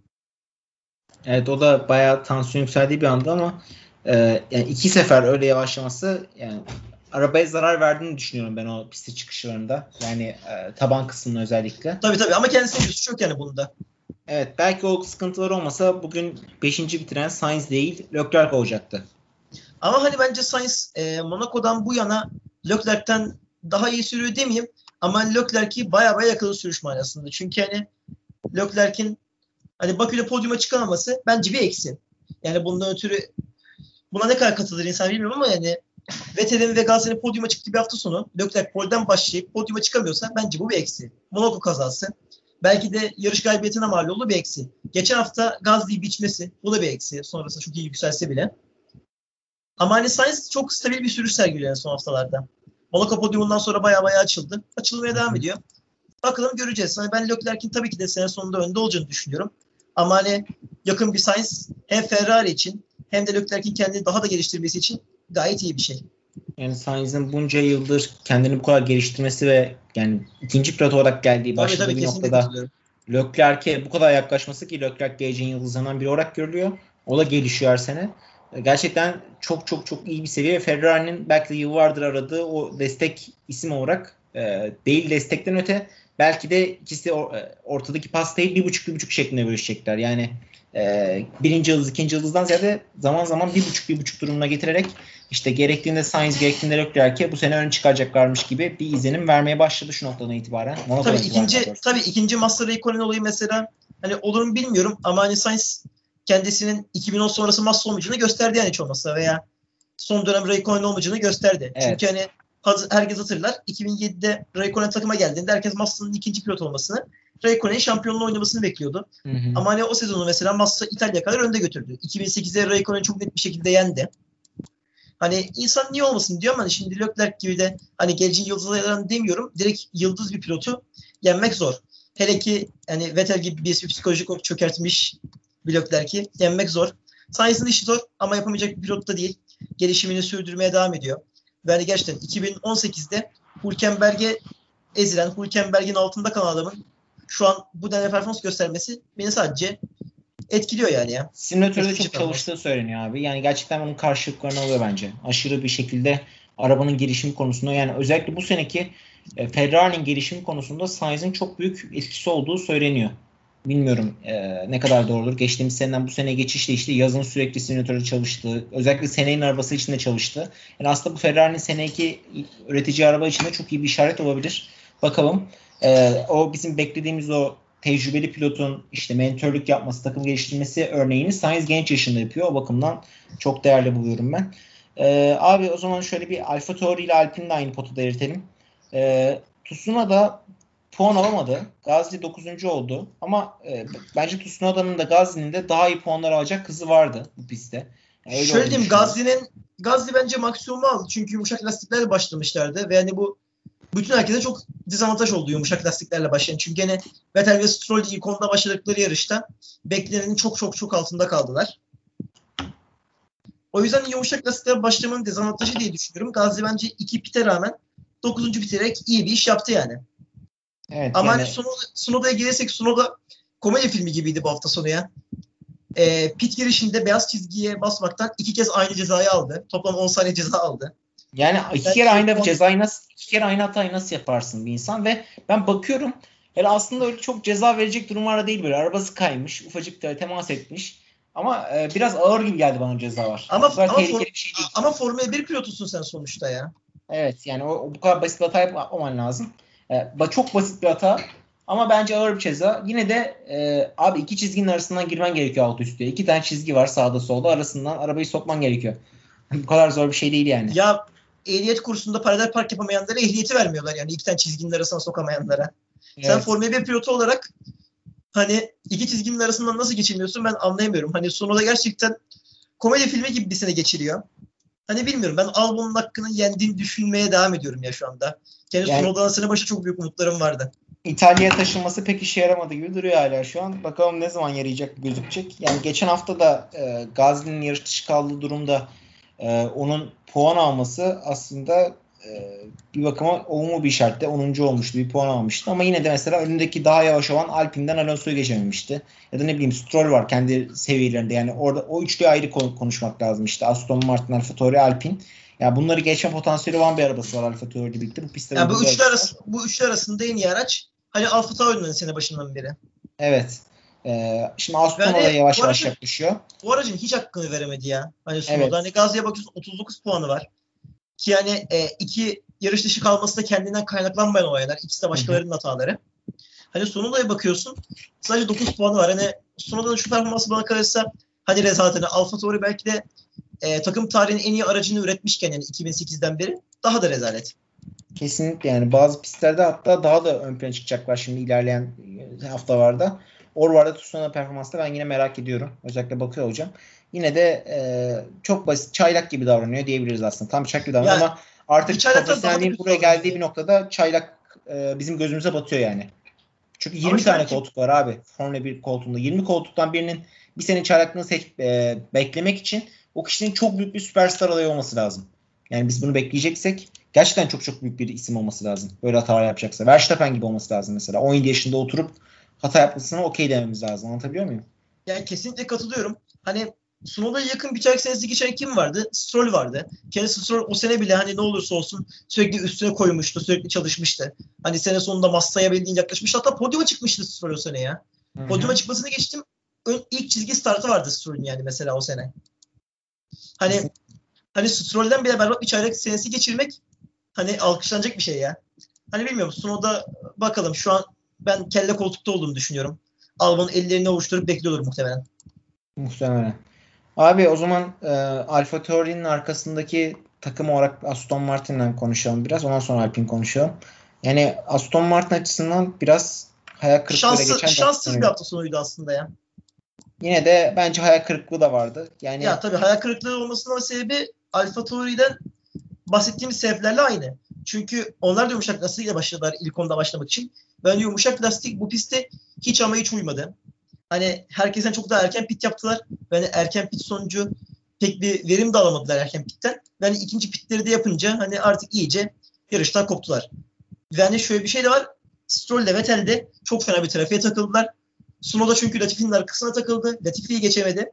Evet, o da bayağı tansiyon yükseldiği bir anda ama yani 2 sefer öyle yavaşlaması yani arabaya zarar verdiğini düşünüyorum ben o piste çıkışlarında. Yani taban kısmında özellikle. Tabii ama kendisine bir suç yok yani bunda. Evet, belki o sıkıntılar olmasa bugün 5. bitiren Sainz değil Leclerc olacaktı. Ama hani bence Sainz Monaco'dan bu yana Leclerc'ten daha iyi sürüyor demeyeyim ama Leclerc'i baya yakın sürüş manasında. Çünkü hani Leclerc'in hani Bakü'de podyuma çıkamaması bence bir eksi. Yani bundan ötürü buna ne kadar katılır insan bilmiyorum ama yani Vettel'in ve Gasly'nin podyuma çıktığı bir hafta sonu Leclerc polden başlayıp podyuma çıkamıyorsa bence bu bir eksi. Monaco kazası. Belki de yarış galibiyetine mal oldu bir eksi. Geçen hafta Gasly'yi biçmesi bu da bir eksi. Sonrasında çok iyi yükselse bile. Ama hani Sainz çok stabil bir sürüş sergiliyor son haftalarda. Monaco podyumundan sonra baya açıldı. Açılmaya devam ediyor. Bakalım göreceğiz. Hani ben Leclerc'in tabii ki de sene sonunda önde olacağını düşünüyorum. Ama hani yakın bir Sainz hem Ferrari için hem de Leclerc'in kendini daha da geliştirmesi için gayet iyi bir şey. Yani Sainz'in bunca yıldır kendini bu kadar geliştirmesi ve yani ikinci pilot olarak geldiği başladığı bir noktada Leclerc'e bu kadar yaklaşması ki Leclerc geleceğin yıldızlarından biri olarak görülüyor. O da gelişiyor her sene. Gerçekten çok iyi bir seviye. Ferrari'nin belki de yıllardır aradığı o destek isim olarak değil destekten öte belki de ikisi ortadaki pastayı 1,5 şeklinde bölüşecekler. Yani birinci yıldız, ikinci yıldızdan ziyade zaman zaman 1,5 durumuna getirerek işte gerektiğinde Sainz, gerektiğinde Leclerc'e bu sene ön çıkaracaklarmış gibi bir izlenim vermeye başladı şu noktadan itibaren. Tabii ikinci Master Raikkonen olayı mesela hani olur mu bilmiyorum ama hani Sainz kendisinin 2010 sonrası Master olmayacağını gösterdi yani hiç olmazsa veya son dönem Raikkonen olmayacağını gösterdi. Evet. Çünkü hani herkes hatırlar 2007'de Raikkonen takıma geldiğinde herkes Master'ın ikinci pilot olmasını, Raikkonen'in şampiyonluğu oynamasını bekliyordu. Hı. Ama hani o sezonu mesela Master İtalya kadar önde götürdü. 2008'de Raikkonen çok net bir şekilde yendi. Hani insan niye olmasın diyor ama hani şimdi Leclerc gibi de hani geleceğin yıldızlarından demiyorum. Direkt yıldız bir pilotu yenmek zor. Hele ki hani Vettel gibi bir psikolojik çökertmiş bir Leclerc'i yenmek zor. Sainz'ın işi zor ama yapamayacak bir pilot da değil. Gelişimini sürdürmeye devam ediyor. Ve hani gerçekten 2018'de Hülkenberg'e ezilen, Hülkenberg'in altında kalan adamın şu an bu denli performans göstermesi beni sadece etkiliyor yani ya. Simülatörde çok çalıştığı söyleniyor abi. Yani gerçekten onun karşılıklarını alıyor bence. Aşırı bir şekilde arabanın gelişimi konusunda yani özellikle bu seneki Ferrari'nin gelişimi konusunda Sainz'in çok büyük etkisi olduğu söyleniyor. Bilmiyorum ne kadar doğrudur. Geçtiğimiz seneden bu seneye geçişte işte yazın sürekli simülatörde çalıştı. Özellikle seneyin arabası içinde çalıştı. Yani aslında bu Ferrari'nin seneki üretici araba içinde çok iyi bir işaret olabilir. Bakalım. O bizim beklediğimiz o tecrübeli pilotun işte mentörlük yapması, takım geliştirmesi örneğini Sainz genç yaşında yapıyor. O bakımdan çok değerli buluyorum ben. Abi o zaman şöyle bir AlphaTauri ile Alpine'i de aynı potada eritelim. Tsunoda puan alamadı. Gasly 9. oldu. Ama bence Tsunoda'nın da Gasly'nin de daha iyi puanlar alacak hızı vardı bu pistte. Yani öyle Şöyle olduğunu diyeyim, düşünüyorum. Gasly bence maksimumu aldı. Çünkü yumuşak lastiklerle başlamışlardı ve yani bu bütün herkese çok dezavantaj oldu yumuşak lastiklerle başlayan. Çünkü gene Vettel ve Stroll ilk onda başladıkları yarışta beklenenin çok çok çok altında kaldılar. O yüzden yumuşak lastiklerle başlamanın dezavantajı diye düşünüyorum. Gasly bence 2 pite rağmen 9. bitirerek iyi bir iş yaptı yani. Evet Ama hani yani Tsunoda'ya gelirsek, Tsunoda komedi filmi gibiydi bu hafta sonu ya. Pit girişinde beyaz çizgiye basmaktan 2 kez aynı cezayı aldı. Toplam 10 saniye ceza aldı. Yani iki kere Bence aynı cezayı nasıl, iki kere aynı hatayı nasıl yaparsın bir insan? Ve ben bakıyorum, hele aslında öyle çok ceza verecek durumlarda değil, böyle arabası kaymış, ufacık da temas etmiş. Ama biraz ağır gibi geldi bana cezalar. Yani ama bu kadar ama tehlikeli bir şey değil. ama Formula 1 pilotusun sen sonuçta ya. Evet yani o bu kadar basit bir hata yapmaman lazım. Çok basit bir hata ama bence ağır bir ceza. Yine de abi iki çizginin arasından girmen gerekiyor alt üstte. İki tane çizgi var sağda solda, arasından arabayı sokman gerekiyor. Bu kadar zor bir şey değil yani. Ya ehliyet kursunda paralel park yapamayanlara ehliyeti vermiyorlar yani, iki tane çizginin arasına sokamayanlara. Sen Evet. Formula 1 pilotu olarak hani iki çizginin arasından nasıl geçilmiyorsun ben anlayamıyorum. Hani Tsunoda gerçekten komedi filmi gibi bir sene geçiriyor. Hani bilmiyorum, ben Albon'un hakkını yendiğini düşünmeye devam ediyorum ya şu anda. Kendi Yani Tsunoda'nın sene başı çok büyük umutlarım vardı. İtalya'ya taşınması pek işe yaramadı gibi duruyor hala şu an. Bakalım ne zaman yarayacak, gözükecek. Yani geçen hafta da Gasly'nin yarış dışı kaldığı durumda onun puan alması aslında bir bakıma olumlu bir işaretle 10. olmuştu. Bir puan almıştı. Ama yine de mesela önündeki daha yavaş olan Alpine'den Alonso'yu geçememişti. Ya da ne bileyim Stroll var kendi seviyelerinde. Yani orada o üçlüyü ayrı konuşmak lazım işte. Aston Martin, AlphaTauri, Alpine. Ya bunları geçme potansiyeli olan bir arabası var AlphaTauri ile birlikte. Bu pistte Yani uygun bir arabası var. bu üçlü arasında en iyi araç hani Alfa Tauri'nin sene başından beri. Evet. Şimdi Ve Aston da hani yavaş yavaş yaklaşıyor. bu aracın hiç hakkını veremedi ya. Hani Tsunoda. Hani Evet. Gazze'ye bakıyorsun 39 puanı var. Ki yani iki yarış dışı kalması da kendinden kaynaklanmayan olaylar. İkisi de Hı hı. başkalarının hataları. Hani Tsunoda'ya bakıyorsun sadece 9 puanı var. Hani Tsunoda'nın şu performansı bana kalırsa hani rezalet. Hani Alfa Tauri belki de takım tarihinin en iyi aracını üretmişken yani 2008'den beri daha da rezalet. Kesinlikle yani bazı pistlerde hatta daha da ön plana çıkacaklar şimdi ilerleyen haftalarda. Orvar'da Tsunoda performansı da ben yine merak ediyorum. Özellikle bakıyor olacağım. Yine de çok basit çaylak gibi davranıyor diyebiliriz aslında. Tam çaylak gibi davranıyor Ya ama bir artık çaylaktan daha da profesyonelliğin kötü buraya davranıyor geldiği bir ya. noktada çaylak bizim gözümüze batıyor yani. Çünkü Ama 20 şöyle tane ki koltuk var abi. Formula 1 koltuğunda. 20 koltuktan birinin bir senin çaylaklığını beklemek için o kişinin çok büyük bir süperstar adayı olması lazım. Yani biz bunu bekleyeceksek gerçekten çok çok büyük bir isim olması lazım. Böyle hatalar yapacaksa. Verstappen gibi olması lazım mesela. 17 yaşında oturup hata yapmasına okey dememiz lazım. Anlatabiliyor muyum? yani kesinlikle katılıyorum. Hani Tsunoda'ya yakın bir çaylak senesi geçen kim vardı? Stroll vardı. Kendisi Stroll o sene bile hani ne olursa olsun sürekli üstüne koymuştu. Sürekli çalışmıştı. Hani sene sonunda Massa'ya bildiğin yaklaşmıştı. Hatta podyuma çıkmıştı Stroll o sene ya. Hı Podyuma hı. çıkmasını geçtim. İlk çizgi startı vardı Stroll'ün yani mesela o sene. Hani Kesin. hani Stroll'den bile berbat bir çaylak senesi geçirmek hani alkışlanacak bir şey ya. Hani bilmiyorum, Tsunoda bakalım, şu an ben kelle koltukta olduğunu düşünüyorum. Albon'un ellerini ovuşturup bekliyordur muhtemelen. Muhtemelen. Abi o zaman Alfa Tauri'nin arkasındaki takım olarak Aston Martin'den konuşalım biraz. Ondan sonra Alpine konuşalım. Yani Aston Martin açısından biraz hayal kırıklığıyla geçen bir hafta Şanssız bir sonuydu. hafta sonuydu aslında ya. Yine de bence hayal kırıklığı da vardı. Ya Yani tabii hayal kırıklığı olmasının sebebi Alfa Tauri'den bahsettiğimiz sebeplerle aynı. Çünkü onlar da yumuşak lastikle başladılar ilk onda başlamak için. Bence yumuşak lastik bu pistte hiç ama hiç uymadı. Hani herkesten çok daha erken pit yaptılar. Yani erken pit sonucu pek bir verim de alamadılar erken pitten. Yani ikinci pitleri de yapınca hani artık iyice yarıştan koptular. Yani şöyle bir şey de var. Stroll ile Vettel de çok fena bir trafiğe takıldılar. Tsunoda çünkü Latifi'nin arkasına takıldı. Latifi'yi geçemedi.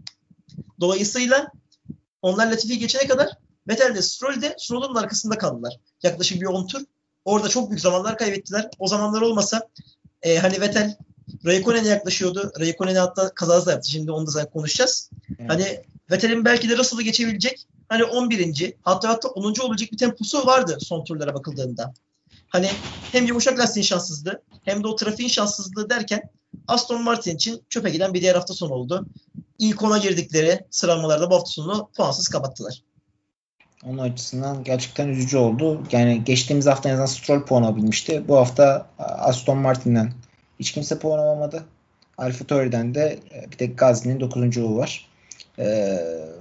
Dolayısıyla onlar Latifi'yi geçene kadar Vettel de Stroll de Tsunoda'nın arkasında kaldılar. Yaklaşık bir 10 tur. Orada çok büyük zamanlar kaybettiler. O zamanlar olmasa hani Vettel Raikkonen'e yaklaşıyordu. Raikkonen'e hatta kazası da yaptı. Şimdi onu da zaten konuşacağız. evet. Hani Vettel'in belki de Russell'ı geçebilecek hani 11. hatta 10. olabilecek bir temposu vardı son turlara bakıldığında. Hani hem yumuşak lastiğin şanssızlığı hem de o trafiğin şanssızlığı derken Aston Martin için çöpe giden bir diğer hafta sonu oldu. İlk ona girdikleri sıralamalarda bu hafta sonunu puansız kapattılar. Onun açısından gerçekten üzücü oldu. Yani geçtiğimiz hafta en azından Stroll puan alabilmişti. Bu hafta Aston Martin'den hiç kimse puan alamadı. AlphaTauri'den de bir tek Gasly'nin 9. var. Ee,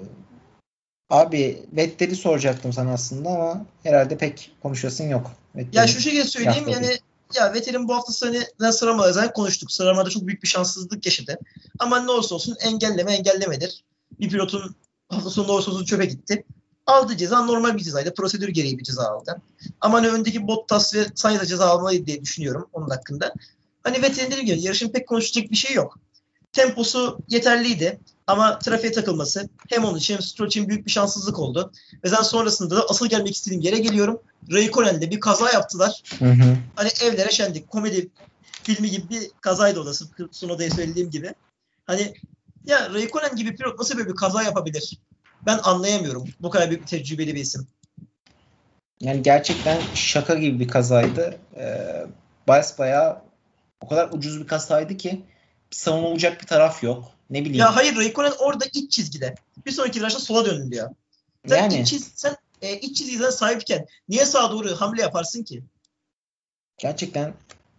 Abi Vettel'i soracaktım sana aslında ama herhalde pek konuşasın yok. Ya Vettel'in şu şekilde bir söyleyeyim hafta yani ya Vettel'in bu hafta sonu sıralamada zaten konuştuk. Sıralamada çok büyük bir şanssızlık yaşadı. Ama ne olursa olsun engellemedir. Bir pilotun hafta sonunda olursa olsun çöpe gitti. Aldığı ceza normal bir cezaydı. Prosedür gereği bir ceza aldı. Ama hani öndeki Bottas ve Sainz da ceza almalıydı diye düşünüyorum onun hakkında. Hani Vettel'in dediğim gibi yarışın pek konuşacak bir şey yok. Temposu yeterliydi. Ama trafiğe takılması hem onun için hem Stroll için büyük bir şanssızlık oldu. Ve zaten sonrasında da asıl gelmek istediğim yere geliyorum. Raikkonen'de bir kaza yaptılar. Hı hı. Hani evlere şendik. Komedi filmi gibi bir kazaydı o da. Sunoda'ya söylediğim gibi. Hani ya Raikkonen gibi pilot nasıl böyle bir kaza yapabilir? Ben anlayamıyorum. Bu kadar büyük tecrübeli bir isim. Yani gerçekten şaka gibi bir kazaydı. Bayağı o kadar ucuz bir kazaydı ki savunulacak bir taraf yok. Ne bileyim. Ya hayır Raikkonen orada iç çizgide. Bir sonraki virajda sola döndü ya. Yani Sen iç çizgiden sahipken niye sağa doğru hamle yaparsın ki? gerçekten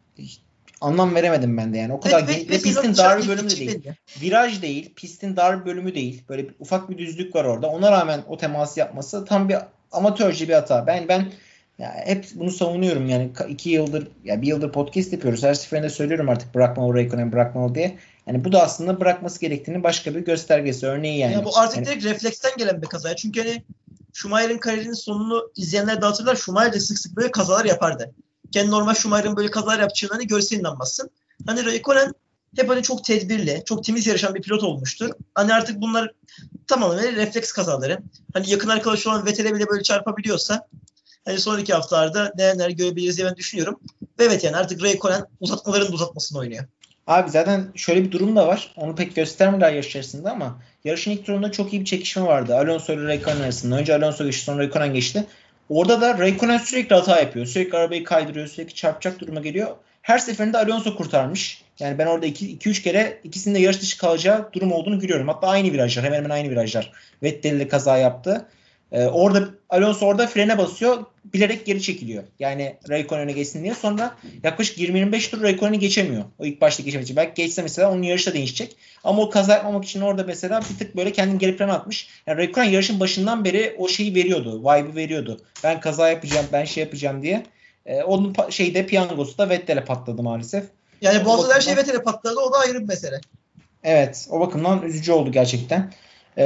anlam veremedim ben de yani. O kadar ve pistin dar bir bölümü de değil. Viraj değil, pistin dar bir bölümü değil. Böyle ufak bir düzlük var orada. Ona rağmen o teması yapması tam bir amatörce bir hata. Ben ya hep bunu savunuyorum yani 2 yıldır ya 1 yıldır podcast yapıyoruz. Her seferinde söylüyorum artık bırakmalı Raikkonen bırakmalı diye. Yani bu da aslında bırakması gerektiğini başka bir göstergesi, örneği yani. Ya bu artık yani, direkt refleksten gelen bir kaza. Çünkü hani Schumacher'in kariyerinin sonunu izleyenler de hatırlar. Schumacher de sık sık böyle kazalar yapardı. Kendi normal Schumacher'in böyle kazalar yapacağını hani görse inanmazsın. Hani Raikkonen hep hani çok tedbirli, çok temiz yarışan bir pilot olmuştur. Hani artık bunlar tamamen refleks kazaları. Hani yakın arkadaşı olan Vettel'e bile böyle çarpabiliyorsa hani sonraki haftalarda neler görebiliriz diye ben düşünüyorum. Ve evet yani artık Raikkonen uzatmaların da uzatmasını oynuyor. Abi zaten şöyle bir durum da var. Onu pek göstermediler yarış içerisinde ama yarışın ilk turunda çok iyi bir çekişme vardı. Alonso ile Raikkonen arasında. Önce Alonso geçti, sonra Raikkonen geçti. Orada da Raikkonen sürekli hata yapıyor. Sürekli arabayı kaydırıyor. Sürekli çarpacak duruma geliyor. Her seferinde Alonso kurtarmış. Yani ben orada 2-3 kere ikisinin de yarış dışı kalacağı durum olduğunu görüyorum. Hatta aynı virajlar. Hemen hemen aynı virajlar. Vettel ile kaza yaptı. Orada Alonso orada frene basıyor. Bilerek geri çekiliyor. Yani Raikkonen'e geçsin diye. Sonra yaklaşık 20-25 tur Raikkonen'i geçemiyor. O ilk başta geçemeyecek. Belki geçse mesela onun yarışta değişecek. Ama o kaza yapmamak için orada mesela bir tık böyle kendini geri plana atmış. Yani Raikkonen yarışın başından beri o şeyi veriyordu. Vibe'ı veriyordu. Ben kaza yapacağım, ben şey yapacağım diye. Onun piyangosu da Vettel'e patladı maalesef. Yani bu hafta her şey Vettel'e patladı. O da ayrı bir mesele. Evet. O bakımdan üzücü oldu gerçekten.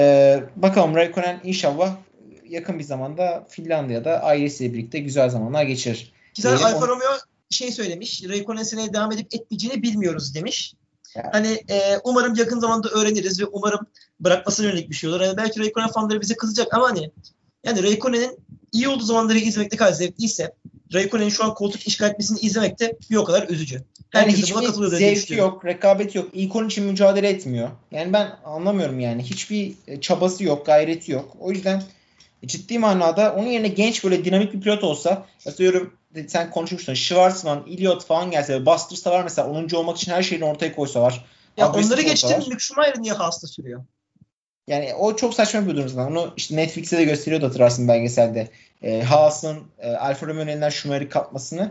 Bakalım Raikkonen inşallah yakın bir zamanda Finlandiya'da ailesiyle birlikte güzel zamanlar geçirir. Güzel Alfa Romeo söylemiş. Raikkonen seneye devam edip etmeyeceğini bilmiyoruz demiş. Yani. Hani umarım yakın zamanda öğreniriz ve umarım bırakmasına yönelik bir şey olur. Yani belki Raikkonen fanları bize kızacak ama hani yani Raikkonen'in iyi olduğu zamanları izlemek ne kadar zevkliyse Raikkonen'in şu an koltuk işgal etmesini izlemek de bir o kadar üzücü. Herkes yani hiçbir zevki yok, rekabeti yok. İlk onun için mücadele etmiyor. Yani ben anlamıyorum yani. Hiçbir çabası yok, gayreti yok. O yüzden ciddi manada onun yerine genç böyle dinamik bir pilot olsa, diyorum sen konuşmuştun. Schwarzman, Elliott falan gelse, bastırsa var mesela 10. olmak için her şeyini ortaya koysa var. Ya onları geçtim. Mick Schumacher niye hasta sürüyor? Yani o çok saçma bir durum zaten. Onu işte Netflix'te de gösteriyordu hatırlarsın belgeselde. Haas'ın Alfa Romeo'nun elinden Schumacher'i kapmasını.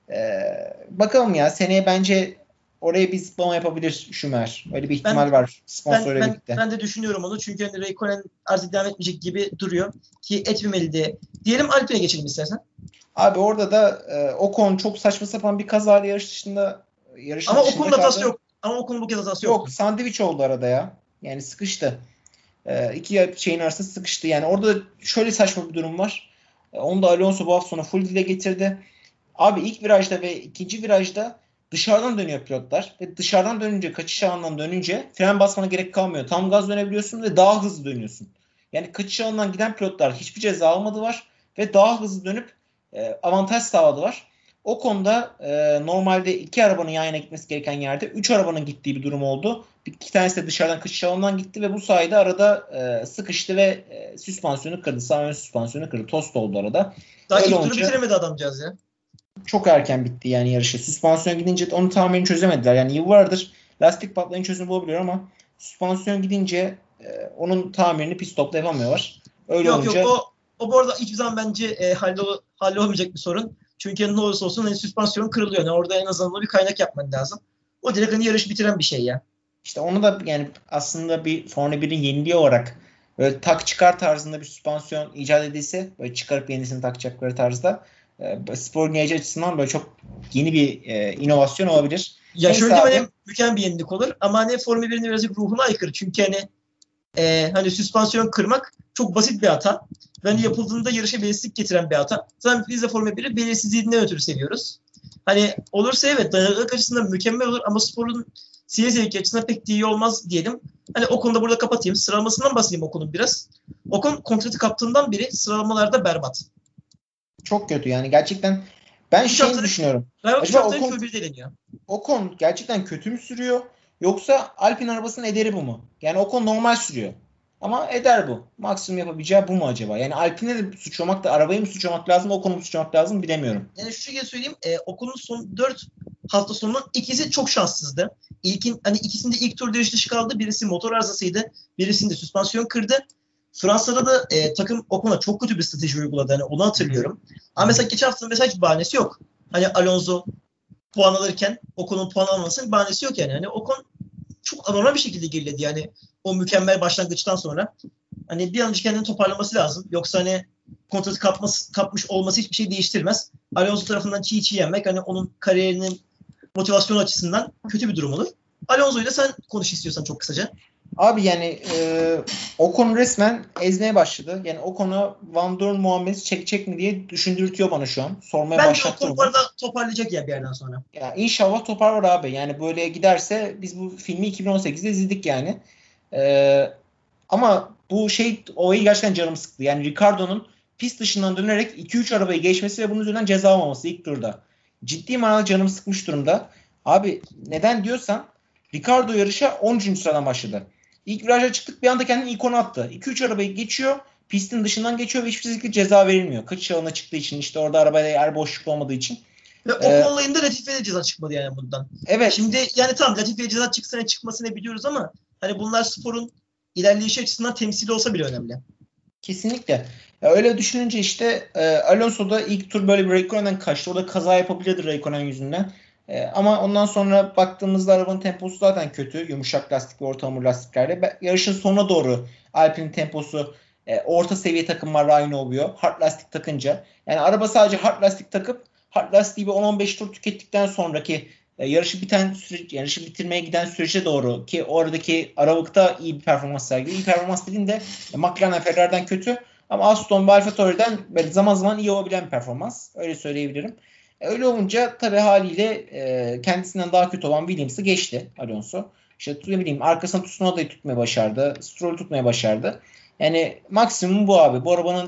Bakalım ya seneye bence oraya bir zıplama yapabilir Schumacher. Öyle bir ihtimal var sponsorla birlikte. Ben de düşünüyorum onu. Çünkü hani Raikkonen artık devam etmeyecek gibi duruyor. Ki etmemeli diye. Diyelim Alpine'e geçelim istersen. Abi orada da Ocon çok saçma sapan bir kazayla yarış dışında ama Ocon'un hatası yok. Ama Ocon'un bu kez hatası yok. Yok sandviç oldu arada ya. Yani sıkıştı. İki şeyin arasında sıkıştı. Yani orada şöyle saçma bir durum var. Onu da Alonso bu hafta sonu full dile getirdi. Abi ilk virajda ve ikinci virajda dışarıdan dönüyor pilotlar. Ve dışarıdan dönünce, kaçış alanından dönünce fren basmana gerek kalmıyor. Tam gaz dönebiliyorsun ve daha hızlı dönüyorsun. Yani kaçış alanından giden pilotlar hiçbir ceza almadılar. Ve daha hızlı dönüp avantaj sağladılar. O konuda normalde 2 arabanın yan yana gitmesi gereken yerde 3 arabanın gittiği bir durum oldu. İki tanesi de dışarıdan kaçış alanından gitti ve bu sayede arada sıkıştı ve süspansiyonu kırdı. Sağ ön süspansiyonu kırdı. Tost oldu arada. Daha öyle ilk turu bitiremedi adamcağız ya. Çok erken bitti yani yarışı. Süspansiyon gidince onu tamamen çözemediler. Yani yıllardır lastik patlayın çözümü bulabiliyor ama süspansiyon gidince onun tamirini pit stop'ta yapamıyorlar. Öyle yok olunca... yok O bu arada hiçbir zaman bence hallolmayacak bir sorun. Çünkü ne olursa olsun hani süspansiyon kırılıyor. Yani orada en azından bir kaynak yapman lazım. O direkt hani yarışı bitiren bir şey ya. İşte onu da yani aslında bir Formula 1'in yeniliği olarak böyle tak çıkar tarzında bir süspansiyon icat edilse, böyle çıkarıp yenisini takacakları tarzda spor dinleyici açısından böyle çok yeni bir inovasyon olabilir. Ya Neyse şöyle diyeyim, abi. hani mükemmel bir yenilik olur ama hani Formula 1'in birazcık ruhuna aykırı. Çünkü hani süspansiyon kırmak çok basit bir hata. Ve hani yapıldığında yarışa belirsizlik getiren bir hata. Zaten biz de Formula 1'i belirsizliğinden ötürü seviyoruz. Hani olursa evet dayanıklılık açısından mükemmel olur ama sporun seyir zevki açısından pek de iyi olmaz diyelim. Hani o konuda burada kapatayım. Sıralamasından bahsedeyim Ocon'un biraz. Ocon kontratı kaptığından beri sıralamalarda berbat. Çok kötü yani gerçekten. Ben 3 şeyini haftadır düşünüyorum. Berbat 3 Acaba haftadır Q1'de eleniyor. Ocon gerçekten kötü mü sürüyor? Yoksa Alpine arabasının ederi bu mu? Yani Ocon normal sürüyor. Ama eder bu. Maksimum yapabileceği bu mu acaba? Yani Alpine'e de suçlamak da arabayı mı suçlamak lazım, Ocon'u mu suçlamak lazım bilemiyorum. Yani şu şekilde söyleyeyim. Ocon'un son 4 hafta sonunun ikisi çok şanssızdı. Hani ikisinde ilk tur yarış dışı kaldı. Birisi motor arızasıydı. Birisinde süspansiyon kırdı. Fransa'da da takım Ocon'a çok kötü bir strateji uyguladı. Hani onu hatırlıyorum. Ama mesela geçen haftanın mesela hiç bahanesi yok. Hani Alonso puan alırken Ocon'un puan almasının bahanesi yok yani. Hani Ocon çok anormal bir şekilde geriledi yani o mükemmel başlangıçtan sonra. Hani bir an önce kendini toparlaması lazım. Yoksa hani kontratı kapmış olması hiçbir şey değiştirmez. Alonso tarafından çiğ çiğ yenmek hani onun kariyerinin motivasyon açısından kötü bir durum olur. Alonso ile sen konuş istiyorsan çok kısaca. Abi yani Ocon resmen ezmeye başladı. Yani Ocon'a Van Dorn muamelesi çekecek mi diye düşündürtüyor bana şu an. Sormaya Bence başlattı Ocon bu onu. arada toparlayacak ya bir yerden sonra. Ya inşallah toparlar abi. Yani böyle giderse biz bu filmi 2018'de izledik yani. Ama bu şey olayı gerçekten canımı sıktı. Yani Ricardo'nun pist dışından dönerek 2-3 arabayı geçmesi ve bunun üzerinden ceza almaması ilk turda. Ciddi manada canımı sıkmış durumda. Abi neden diyorsan Ricardo yarışa 13. sıradan başladı. İlk viraja çıktık bir anda kendini ilk ona attı. 2-3 arabayı geçiyor. Pistin dışından geçiyor ve hiçbir şekilde ceza verilmiyor. Kaçış alanına çıktığı için işte orada arabaya yer boşluk olmadığı için. Ve Ocon olayında Latifi'ye de ceza çıkmadı yani bundan. Evet. Şimdi yani tamam Latifi'ye ceza çıksa ne çıkması ne biliyoruz ama hani bunlar sporun ilerleyişi açısından temsili olsa bile önemli. Kesinlikle. Ya öyle düşününce işte Alonso da ilk tur böyle bir Raikkonen'den kaçtı. Orada kaza yapabilirdi Raikkonen yüzünden. Ama ondan sonra baktığımızda arabanın temposu zaten kötü. Yumuşak lastik ve orta hamur lastiklerle. Yarışın sonuna doğru Alpine'in temposu orta seviye takımlarla aynı oluyor. Hard lastik takınca. Yani araba sadece hard lastik takıp hard lastiği bir 10-15 tur tükettikten sonraki yarışı bitirmeye giden sürece doğru ki oradaki aralıkta iyi bir performans sergiliyor. İyi performans dediğimde McLaren Ferrari'den kötü ama Aston ve AlphaTauri'den böyle zaman zaman iyi olabilen bir performans. Öyle söyleyebilirim. Öyle olunca tabii haliyle kendisinden daha kötü olan Williams'ı geçti Alonso. İşte ne bileyim arkasına Tsunoda'yı tutmaya başardı. Stroll'ü tutmaya başardı. Yani maksimum bu abi. Bu arabanın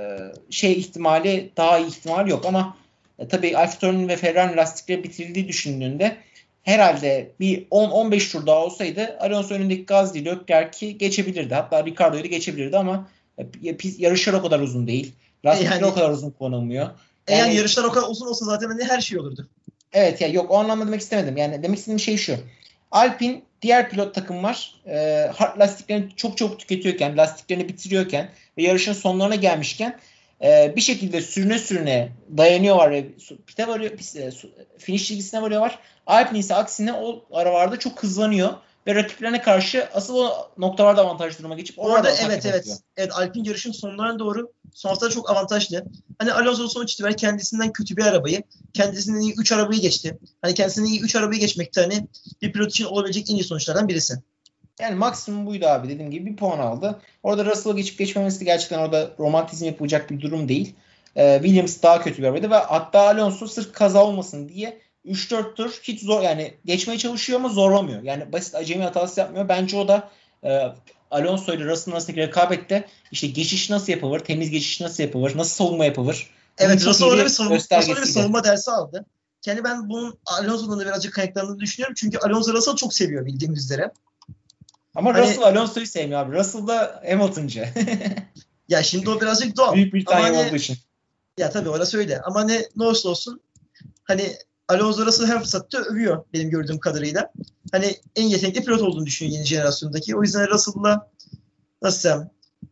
ihtimali daha iyi ihtimal yok ama tabii AlphaTauri'nin ve Ferrari'nin lastikleri bitirildiği düşündüğünde herhalde bir 10-15 tur daha olsaydı Alonso önündeki Gasly, Leclerc'i geçebilirdi. Hatta Ricardo'yu da geçebilirdi ama yarışlar o kadar uzun değil. Lastikler Yani o kadar uzun kullanılmıyor. yani yarışlar o kadar uzun olsa zaten hani her şey olurdu. Evet ya yok o anlamda demek istemedim. Yani demek istediğim şey şu. Alpine diğer pilot takım var. Hard lastiklerini çok çabuk tüketiyorken, lastiklerini bitiriyorken ve yarışın sonlarına gelmişken bir şekilde sürüne sürüne dayanıyorlar ve pite varıyor, finish çizgisine varıyorlar. Alpine ise aksine o aralarda çok hızlanıyor ve rakiplerine karşı asıl o noktalarda avantajlı duruma geçip Bu arada orada evet Alpine yarışın sonlarına doğru son hafta çok avantajlı. Hani Alonso sonuç itibariyle kendisinden kötü bir arabayı, kendisinden iyi 3 arabayı geçti. Hani kendisinden iyi 3 arabayı geçmekte hani bir pilot için olabilecek en iyi sonuçlardan birisi. Yani maksimum buydu abi dediğim gibi bir puan aldı. Orada Russell'a geçip geçmemesi de gerçekten orada romantizm yapılacak bir durum değil. Williams daha kötü bir arabaydı ve hatta Alonso sırf kaza olmasın diye 3-4 tur hiç zor yani geçmeye çalışıyor ama zorlamıyor. Yani basit acemi hatası yapmıyor. Bence o da Alonso ile Russell'ın arasındaki rekabette işte geçiş nasıl yapılır, temiz geçiş nasıl yapılır, nasıl savunma yapılır. Evet Russell orada bir savunma dersi aldı. Yani ben bunun Alonso'dan da birazcık kaynaklandığını düşünüyorum. Çünkü Alonso Russell çok seviyor bildiğimiz üzere. Ama hani, Russell Alonso'yu sevmiyor abi. Russell da Hamilton'cı. Ya şimdi o birazcık doğal. Büyük Britanya hani, olduğu için. Ya tabii orası öyle. Ama ne olursa olsun hani Alonso Russell her fırsatta övüyor benim gördüğüm kadarıyla. Hani en yetenekli pilot olduğunu düşünüyor yeni jenerasyondaki. O yüzden Russell'la nasıl desem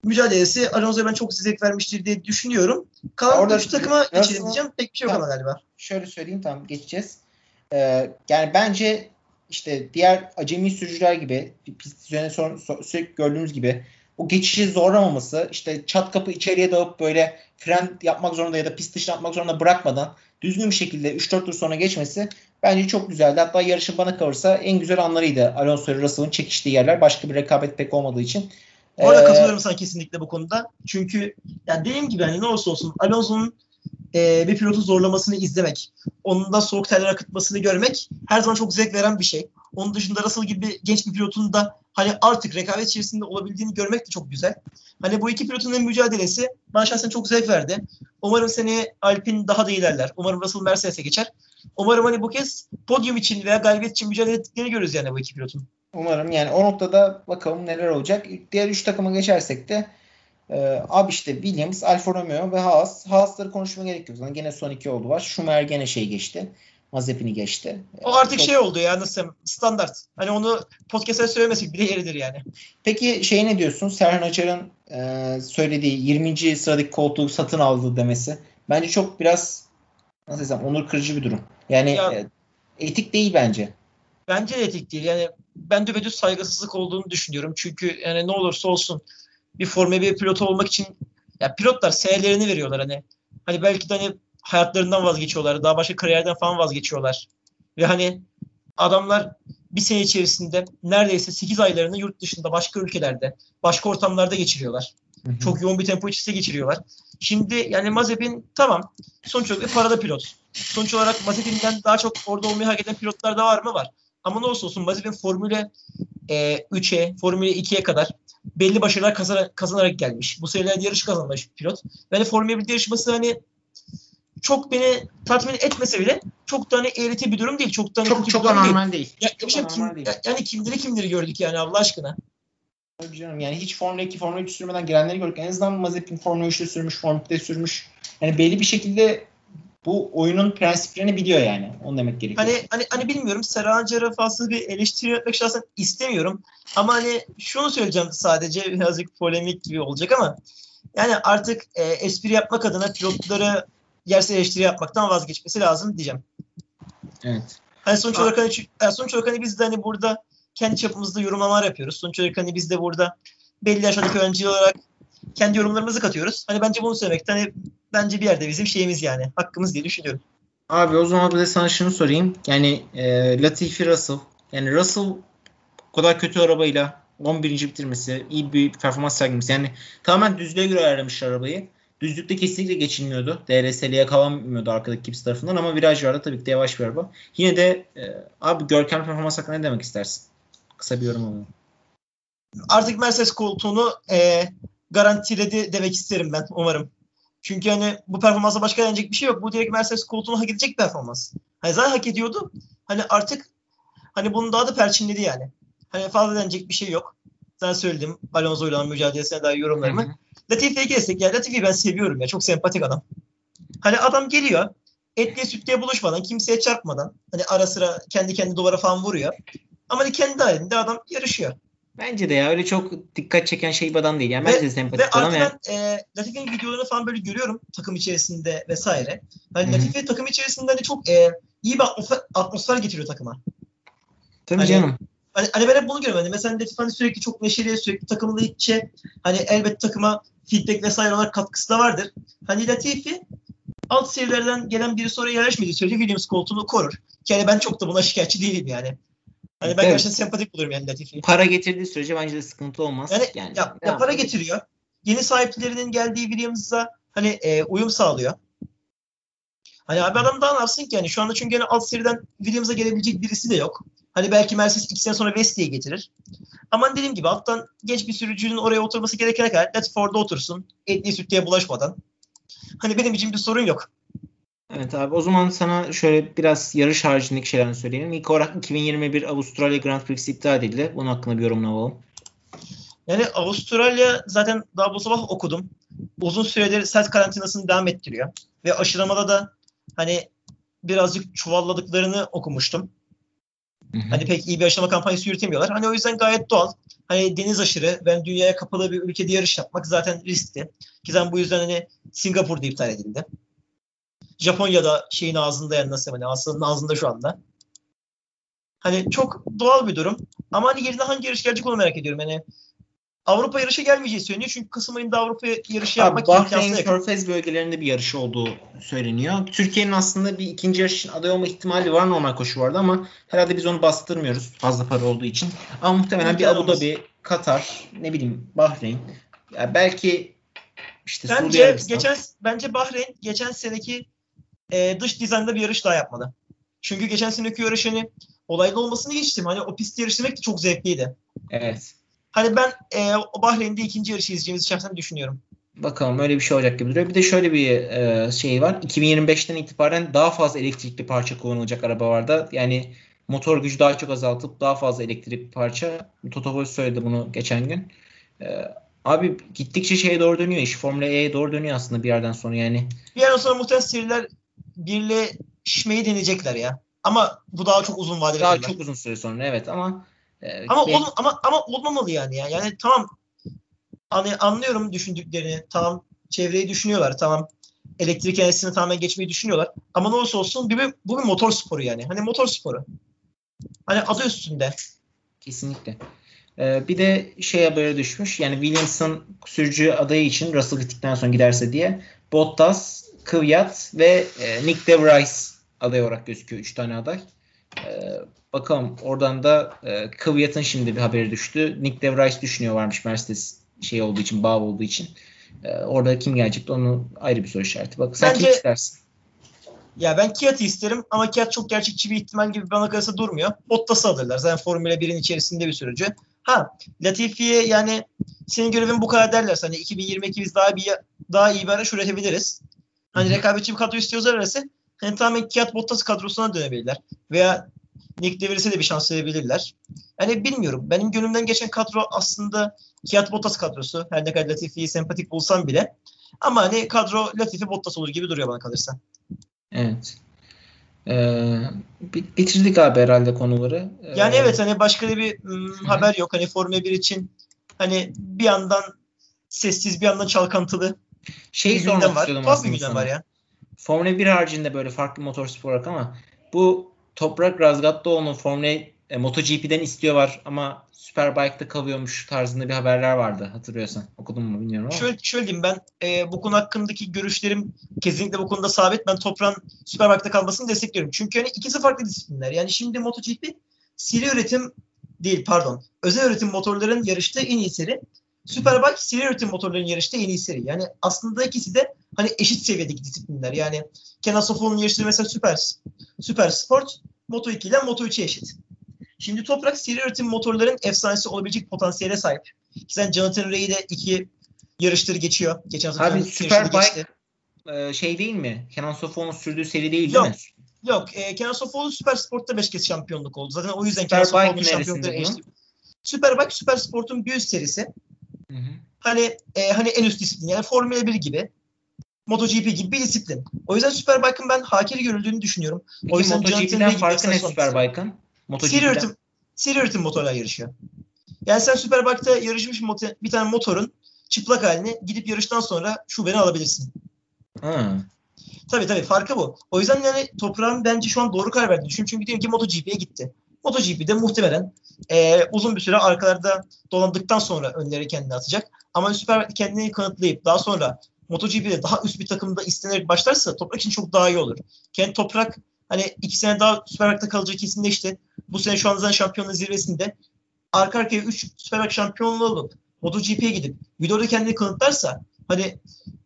mücadelesi Alonso'ya ben çok zevk vermiştir diye düşünüyorum. Kalan 3 takıma geçelim diyeceğim. Pek bir şey yok ama galiba. Şöyle söyleyeyim, tamam geçeceğiz. Yani bence işte diğer acemi sürücüler gibi pist üzerine sürekli gördüğümüz gibi o geçişi zorlamaması, işte çat kapı içeriye dalıp böyle fren yapmak zorunda ya da pist dışına atmak zorunda bırakmadan düzgün bir şekilde 3-4 tur sonra geçmesi bence çok güzeldi. Hatta yarışın bana kalırsa en güzel anlarıydı Alonso ile Russell'ın çekiştiği yerler. Başka bir rekabet pek olmadığı için. Bu arada katılıyorum sana kesinlikle bu konuda. Çünkü yani dediğim gibi hani ne olursa olsun Alonso'nun bir pilotu zorlamasını izlemek, onun da soğuk terler akıtmasını görmek her zaman çok zevk veren bir şey. Onun dışında Russell gibi genç bir pilotun da hani artık rekabet içerisinde olabildiğini görmek de çok güzel. Hani bu iki pilotun mücadelesi bana şahsen çok zevk verdi. Umarım seneye Alpine daha da ilerler. Umarım Russell Mercedes'e geçer. Umarım hani bu kez podyum için veya galibiyet için mücadele ettiklerini görürüz yani bu iki pilotun. Umarım yani o noktada bakalım neler olacak. Diğer 3 takıma geçersek de abi işte Williams, Alfa Romeo ve Haas. Haas'ları konuşmaya gerek yok. Zaten gene son 2 oldu var. Schumacher gene geçti. Mazepin'i geçti. O artık çok oldu ya, nasıl standart. Hani onu podcast'e söylemesek bile yeridir yani. Peki ne diyorsun? Serhan Acar'ın söylediği 20. sıradaki koltuğu satın aldı demesi. Bence çok biraz nasıl desem onur kırıcı bir durum. Yani ya, etik değil bence. Bence de etik değil. Yani ben düpedüz saygısızlık olduğunu düşünüyorum. Çünkü yani ne olursa olsun bir Formula 1 pilotu olmak için ya pilotlar senelerini veriyorlar hani belki de hani hayatlarından vazgeçiyorlar. Daha başka kariyerden falan vazgeçiyorlar. Ve hani adamlar bir sene içerisinde neredeyse 8 aylarını yurt dışında başka ülkelerde, başka ortamlarda geçiriyorlar. Hı-hı. Çok yoğun bir tempo içerisinde geçiriyorlar. Şimdi yani Mazepin tamam sonuç olarak bir parada pilot. Sonuç olarak Mazepin'den daha çok orada olmayı hak eden pilotlar da var mı? Var. Ama ne olursa olsun Mazepin Formula 3'e, Formula 2'ye kadar belli başarılar kazanarak gelmiş. Bu senelerde yarış kazanmış pilot. Yani Formula 1 yarışması hani çok beni tatmin etmese bile çok da hani eğreti bir durum değil. Çok da hani çok, çok normal değil. Yani kimleri gördük yani Allah aşkına. Tabii canım yani hiç Formula 2, Formula 3 sürmeden gelenleri gördük. En azından Mazepin Formula 3'te sürmüş, Formula 2'de sürmüş. Yani belli bir şekilde bu oyunun prensiplerini biliyor yani. Onu demek gerekiyor. Hani bilmiyorum. Serhan Acar'a fazla bir eleştiri yapmak şahsen istemiyorum. Ama hani şunu söyleyeceğim sadece birazcık polemik gibi olacak ama yani artık espri yapmak adına pilotları yersiz eleştiri yapmaktan vazgeçmesi lazım diyeceğim. Evet. Hani sonuç olarak hani biz de hani burada kendi çapımızda yorumlamalar yapıyoruz. Sonuç olarak hani biz de burada belli yaşadaki öğrenci olarak kendi yorumlarımızı katıyoruz. Hani bence bunu söylemek hani bence bir yerde bizim şeyimiz yani. Hakkımız diye düşünüyorum. Abi o zaman bir de sana şunu sorayım. Yani Latifi Russell. Yani Russell o kadar kötü arabayla 11. bitirmesi, iyi bir performans sergilemesi. Yani tamamen düzlüğe göre ayarlamışlar arabayı. Düzlükte kesinlikle geçilmiyordu. DRS'li yakalanmıyordu arkadaki kimse tarafından ama virajlarda tabii ki de yavaş bir araba. Yine de abi görkemli performans hakkında ne demek istersin? Kısa bir yorum alalım. Artık Mercedes koltuğunu garantiledi demek isterim ben umarım. Çünkü hani bu performansa başka denecek bir şey yok. Bu direkt Mercedes koltuğunu hak edecek performans. Hani zaten hak ediyordu. Hani artık hani bunu daha da perçinledi yani. Hani fazla denecek bir şey yok. Sen söyledim. Alonso ile mücadelesine dair yorumlarımı. Latifi'ye geçsek ya. Latifi'yi ben seviyorum ya. Çok sempatik adam. Hani adam geliyor. Etliye sütlüye buluşmadan, kimseye çarpmadan. Hani ara sıra kendi duvara falan vuruyor. Ama hani kendi halinde adam yarışıyor. Bence de ya öyle çok dikkat çeken şey bir adam değil. Yani bence de sempatik adam. Ve artık ben Latifi'nin videolarını falan böyle görüyorum takım içerisinde vesaire. Hani Latifi takım içerisinde hani çok iyi bir atmosfer getiriyor takıma. Tabii hani, canım. Hani ben hep bunu görüyorum. Hani mesela Latifi hani sürekli çok neşeli, sürekli takımla içe. Hani elbette takıma feedback vesaire olarak katkısı da vardır. Hani Latifi alt seviyelerden gelen biri sonra yerleşmediği sürece Williams koltuğunu korur. Yani ben çok da buna şikayetçi değilim yani. Hani ben gerçekten sempatik buluyorum yani Latifi'yi. Para getirdiği sürece bence de sıkıntı olmaz. Yani ya para getiriyor. Yeni sahiplerinin geldiği Williams'a hani uyum sağlıyor. Hani abi adam daha ne yapsın ki yani şu anda çünkü hani alt seriden Williams'a gelebilecek birisi de yok. Hani belki Mercedes 2 sene sonra Vesti'ye getirir. Ama dediğim gibi alttan genç bir sürücünün oraya oturması gerekene kadar Latifi orada otursun. Etliye sütlüye bulaşmadan. Hani benim için bir sorun yok. Evet abi o zaman sana şöyle biraz yarış haricindeki şeylerini söyleyelim. İlk olarak 2021 Avustralya Grand Prix'si iptal edildi. Bunun hakkında bir yorumunu alalım. Yani Avustralya zaten daha bu sabah okudum. Uzun süredir sert karantinasını devam ettiriyor. Ve aşılamada da hani birazcık çuvalladıklarını okumuştum. Hı-hı. Hani pek iyi bir aşılama kampanyası yürütemiyorlar. Hani o yüzden gayet doğal. Hani deniz aşırı, ben dünyaya kapalı bir ülkede yarış yapmak zaten riskli. Ki zaten bu yüzden hani Singapur'da iptal edildi. Japonya'da şeyin ağzında, yani nasıl, hani aslanın ağzında şu anda. Hani çok doğal bir durum. Ama hani yerine hangi yarış gelecek onu merak ediyorum. Hani Avrupa yarışı gelmeyeceği söyleniyor. Çünkü Kasım ayında Avrupa yarışı Abi yapmak Bahreyn imkansıza yakın. Körfez bölgelerinde bir yarışı olduğu söyleniyor. Türkiye'nin aslında bir ikinci yarış için aday olma ihtimali var normal koşullarda ama herhalde biz onu bastırmıyoruz fazla para olduğu için. Ama muhtemelen bir İmkan Abu olmaz. Dhabi, Katar, ne bileyim Bahreyn. Ya belki işte Suudi Bence Arabistan. Bahreyn geçen seneki dış dizaynda bir yarış daha yapmalı. Çünkü geçen seneki yarış hani olaylı olmasını geçtim. Hani o pistte yarışlamak da çok zevkliydi. Evet. Hani ben o Bahreyn'de ikinci yarışı izleyeceğimizi şahsen düşünüyorum. Bakalım öyle bir şey olacak gibi duruyor. Bir de şöyle bir şey var. 2025'ten itibaren daha fazla elektrikli parça kullanılacak arabalarda. Yani motor gücü daha çok azaltıp daha fazla elektrikli parça. Toto Wolff söyledi bunu geçen gün. E, Abi gittikçe şeye doğru dönüyor iş. Formula E'ye doğru dönüyor aslında bir yerden sonra yani. Bir yerden sonra muhtemelen seriler birleşmeyi deneyecekler ya. Ama bu daha çok uzun vadeli Daha planlar. çok uzun süre sonra evet ama Ama benim olmamalı yani ya. Yani tamam, hani anlıyorum düşündüklerini. Tamam, çevreyi düşünüyorlar. Tamam, elektrik enerjisini tamamen geçmeyi düşünüyorlar. Ama ne olursa olsun bu bir motor sporu yani. Hani motor sporu. Hani adı üstünde. kesinlikle. Bir de şey haberi düşmüş. Yani Williams'ın sürücü adayı için Russell gittikten sonra giderse diye Bottas, Kvyat ve Nick De Vries aday olarak gözüküyor. 3 tane aday. Bakalım oradan da Kvyat'ın şimdi bir haberi düştü. Nick De Vries düşünüyor varmış Mercedes şey olduğu için, bağ olduğu için. Orada kim gelecekti onu ayrı bir soru işareti. Bak sen kim Bence istersin? ya ben Kiat'ı isterim ama Kiat çok gerçekçi bir ihtimal gibi bana kalırsa durmuyor. Bottas'ı alırlar. Zaten Formula 1'in içerisinde bir sürücü. Ha, Latifi'ye yani senin görevin bu kadar derlerse hani 2022 biz daha iyi bir araç üretebiliriz. Hı Hani hı. rekabetçi bir kadro istiyorlar arası. Hani tamamen Kiat Bottas kadrosuna dönebilirler. Veya Nick De Vries'e de bir şans verebilirler. Yani bilmiyorum. Benim gönlümden geçen kadro aslında Kiat Bottas kadrosu. Her ne kadar Latifi'yi sempatik bulsam bile. Ama hani kadro Latifi Bottas olur gibi duruyor bana kalırsa. Evet. Bitirdik abi herhalde konuları. Yani evet, hani başka da bir Hı hı. haber yok. Hani Formula 1 için hani bir yandan sessiz bir yandan çalkantılı Şeyi bir sormak gündem var. istiyordum Tuhaf bir aslında gündem var sana. ya. Formula 1 haricinde böyle farklı motorspor olarak ama bu Toprak Razgatlıoğlu'nun Formula MotoGP'den istiyorlar ama Superbike'da kalıyormuş tarzında bir haberler vardı hatırlıyorsan. Okudun mu bilmiyorum ama. Şöyle diyeyim, ben bu konu hakkındaki görüşlerim kesinlikle bu konuda sabit. Ben Toprak'ın Superbike'da kalmasını destekliyorum. Çünkü hani ikisi farklı disiplinler. Yani şimdi MotoGP seri üretim değil, pardon, özel üretim motorların yarıştığı en iyi seri. Hı hı. Superbike seri üretim motorların yarıştığı en iyi seri. Yani aslında ikisi de hani eşit seviyedeki disiplinler. Yani Kenan Sofuoğlu'nun yarıştığı mesela Super Sport Moto2 ile Moto3'e eşit. Şimdi Toprak seri üretim motorların efsanesi olabilecek potansiyele sahip. Sen Jonathan Ray'i de iki yarıştır geçiyor. Geçen sezon Abi iki yarışını Superbike geçti. şey değil mi? Kenan Sofuoğlu'nun sürdüğü seri değil mi? Yok. Yok. Kenan Sofuoğlu Süper Sport'ta 5 kez şampiyonluk oldu. Zaten o yüzden Kenan Sofuoğlu'nun Superbike şampiyonlukları neresinde eşli. bunun? Superbike Süper Sport'un bir üst serisi. Hı hı. Hani en üst disiplin. Yani Formula 1 gibi. MotoGP gibi bir disiplin. O yüzden Superbike'ın ben hakiri görüldüğünü düşünüyorum. O Peki yüzden Jonathan MotoGP'den Rea gibi bir farkı ne efsanesi olması. Superbike'ın? Seri MotoGP'den. üretim, seri üretim motorlar yarışıyor. Yani sen Superbike'da yarışmış bir tane motorun çıplak halini gidip yarıştan sonra şubeni alabilirsin. Ha. Tabii farkı bu. O yüzden yani Toprağın bence şu an doğru karar verdiğini düşünüyorum. Çünkü diyelim ki MotoGP'ye gitti. MotoGP'de muhtemelen uzun bir süre arkalarda dolandıktan sonra önleri kendine atacak. Ama Superbike kendini kanıtlayıp daha sonra MotoGP'de daha üst bir takımda istenerek başlarsa Toprak için çok daha iyi olur. Kendi Toprak hani 2 sene daha Superbike'da kalacağı kesinleşti. Bu sene şu an zaten şampiyonluğun zirvesinde. Arka arkaya 3 Superbike şampiyonluğu olup MotoGP'ye gidip videoda kendini kanıtlarsa hani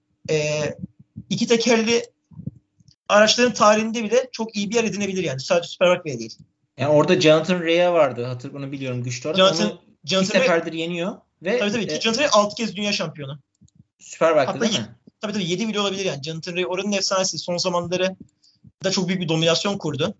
e, iki tekerli araçların tarihinde bile çok iyi bir yer edinebilir yani. Sadece Superbike bile değil. Yani orada Jonathan Rea vardı. Bunu biliyorum güçlü olarak. Onu iki Jonathan Rea, seferdir yeniyor ve tabii ki Jonathan Rea 6 kez dünya şampiyonu. Superbike'da Hatta değil mi? tabii 7 bile olabilir yani. Jonathan Rea oranın efsanesi. Son zamanları da çok büyük bir dominasyon kurdu.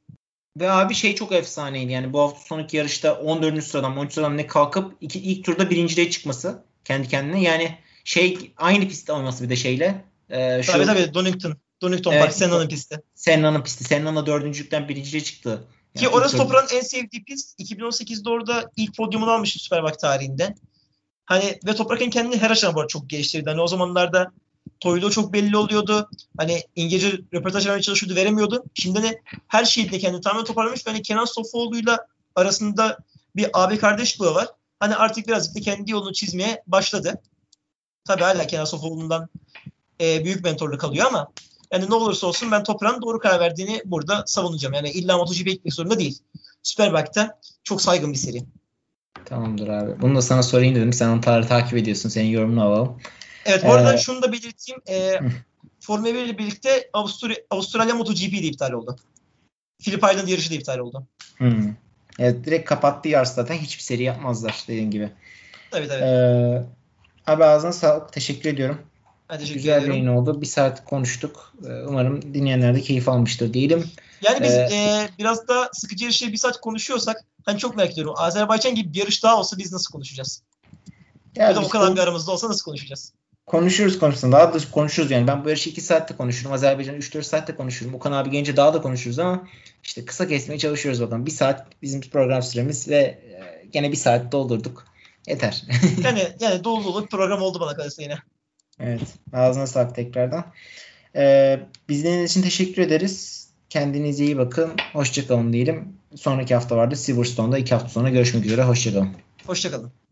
Ve abi şey çok efsaneydi. Yani bu hafta sonraki yarışta 14. sıradan 13. sıradan ne kalkıp ilk turda birinciliğe çıkması kendi kendine. Yani şey aynı pistte olması bir de şeyle. Tabii Şu Donington Park, evet Senna'nın pisti. Senna'nın pisti. Senna dördüncülükten birinciliğe çıktı. Ki orası Toprağ'ın en sevdiği pist. 2018'de orada ilk podyumunu almıştı Superbike tarihinde. Hani ve Toprak'ın kendini her açıdan bu arada çok geliştirdi. Hani o zamanlarda Toylo çok belli oluyordu. Hani İngilizce röportaj vermeye çalışıyordu, veremiyordu. Şimdi de her şeyde kendini tamamen toparlamış. Ve hani Kenan Sofuoğlu'yla arasında bir abi kardeş bağı var. Hani artık birazcık da kendi yolunu çizmeye başladı. Tabii hala Kenan Sofuoğlu'ndan büyük mentorluk alıyor ama yani ne olursa olsun ben Toprak'ın doğru karar verdiğini burada savunacağım. Yani illa MotoGP gitmek zorunda değil. Superbike'ten çok saygın bir seri. Tamamdır abi. Bunu da sana sorayım dedim. Sen onu takip ediyorsun. Senin yorumunu alalım. Evet bu arada şunu da belirteyim. Formula 1 ile birlikte Avustralya MotoGP de iptal oldu. Phillip Island yarışı da iptal oldu. Evet, direkt kapattığı yarış zaten. Hiçbir seri yapmazlar dediğin gibi. Evet. Abi ağzına sağlık. Teşekkür ediyorum. Ben teşekkür Güzel ediyorum. bir yayın oldu. Bir saat konuştuk. Umarım dinleyenler de keyif almıştır diyelim. Yani biz biraz daha sıkıcı yarışı bir saat konuşuyorsak hani çok merak ediyorum. Azerbaycan gibi bir yarış daha olsa biz nasıl konuşacağız? Ya da o kadar bir aramızda olsa nasıl konuşacağız? Konuşuruz. Daha da konuşuruz yani. Ben bu yarışı 2 saatte konuşurum. Azerbaycan'ı 3-4 saatte konuşurum. Okan abi gelince daha da konuşuruz ama işte kısa kesmeye çalışıyoruz bakalım. 1 saat bizim program süremiz ve gene 1 saat doldurduk. Yeter. yani dolu program oldu bana kalırsa yine. Evet. Ağzına sağlık tekrardan. Bizden için teşekkür ederiz. Kendinize iyi bakın. Hoşçakalın diyelim. Sonraki hafta vardı Silverstone'da. 2 hafta sonra görüşmek üzere. Hoşçakalın. Hoşçakalın.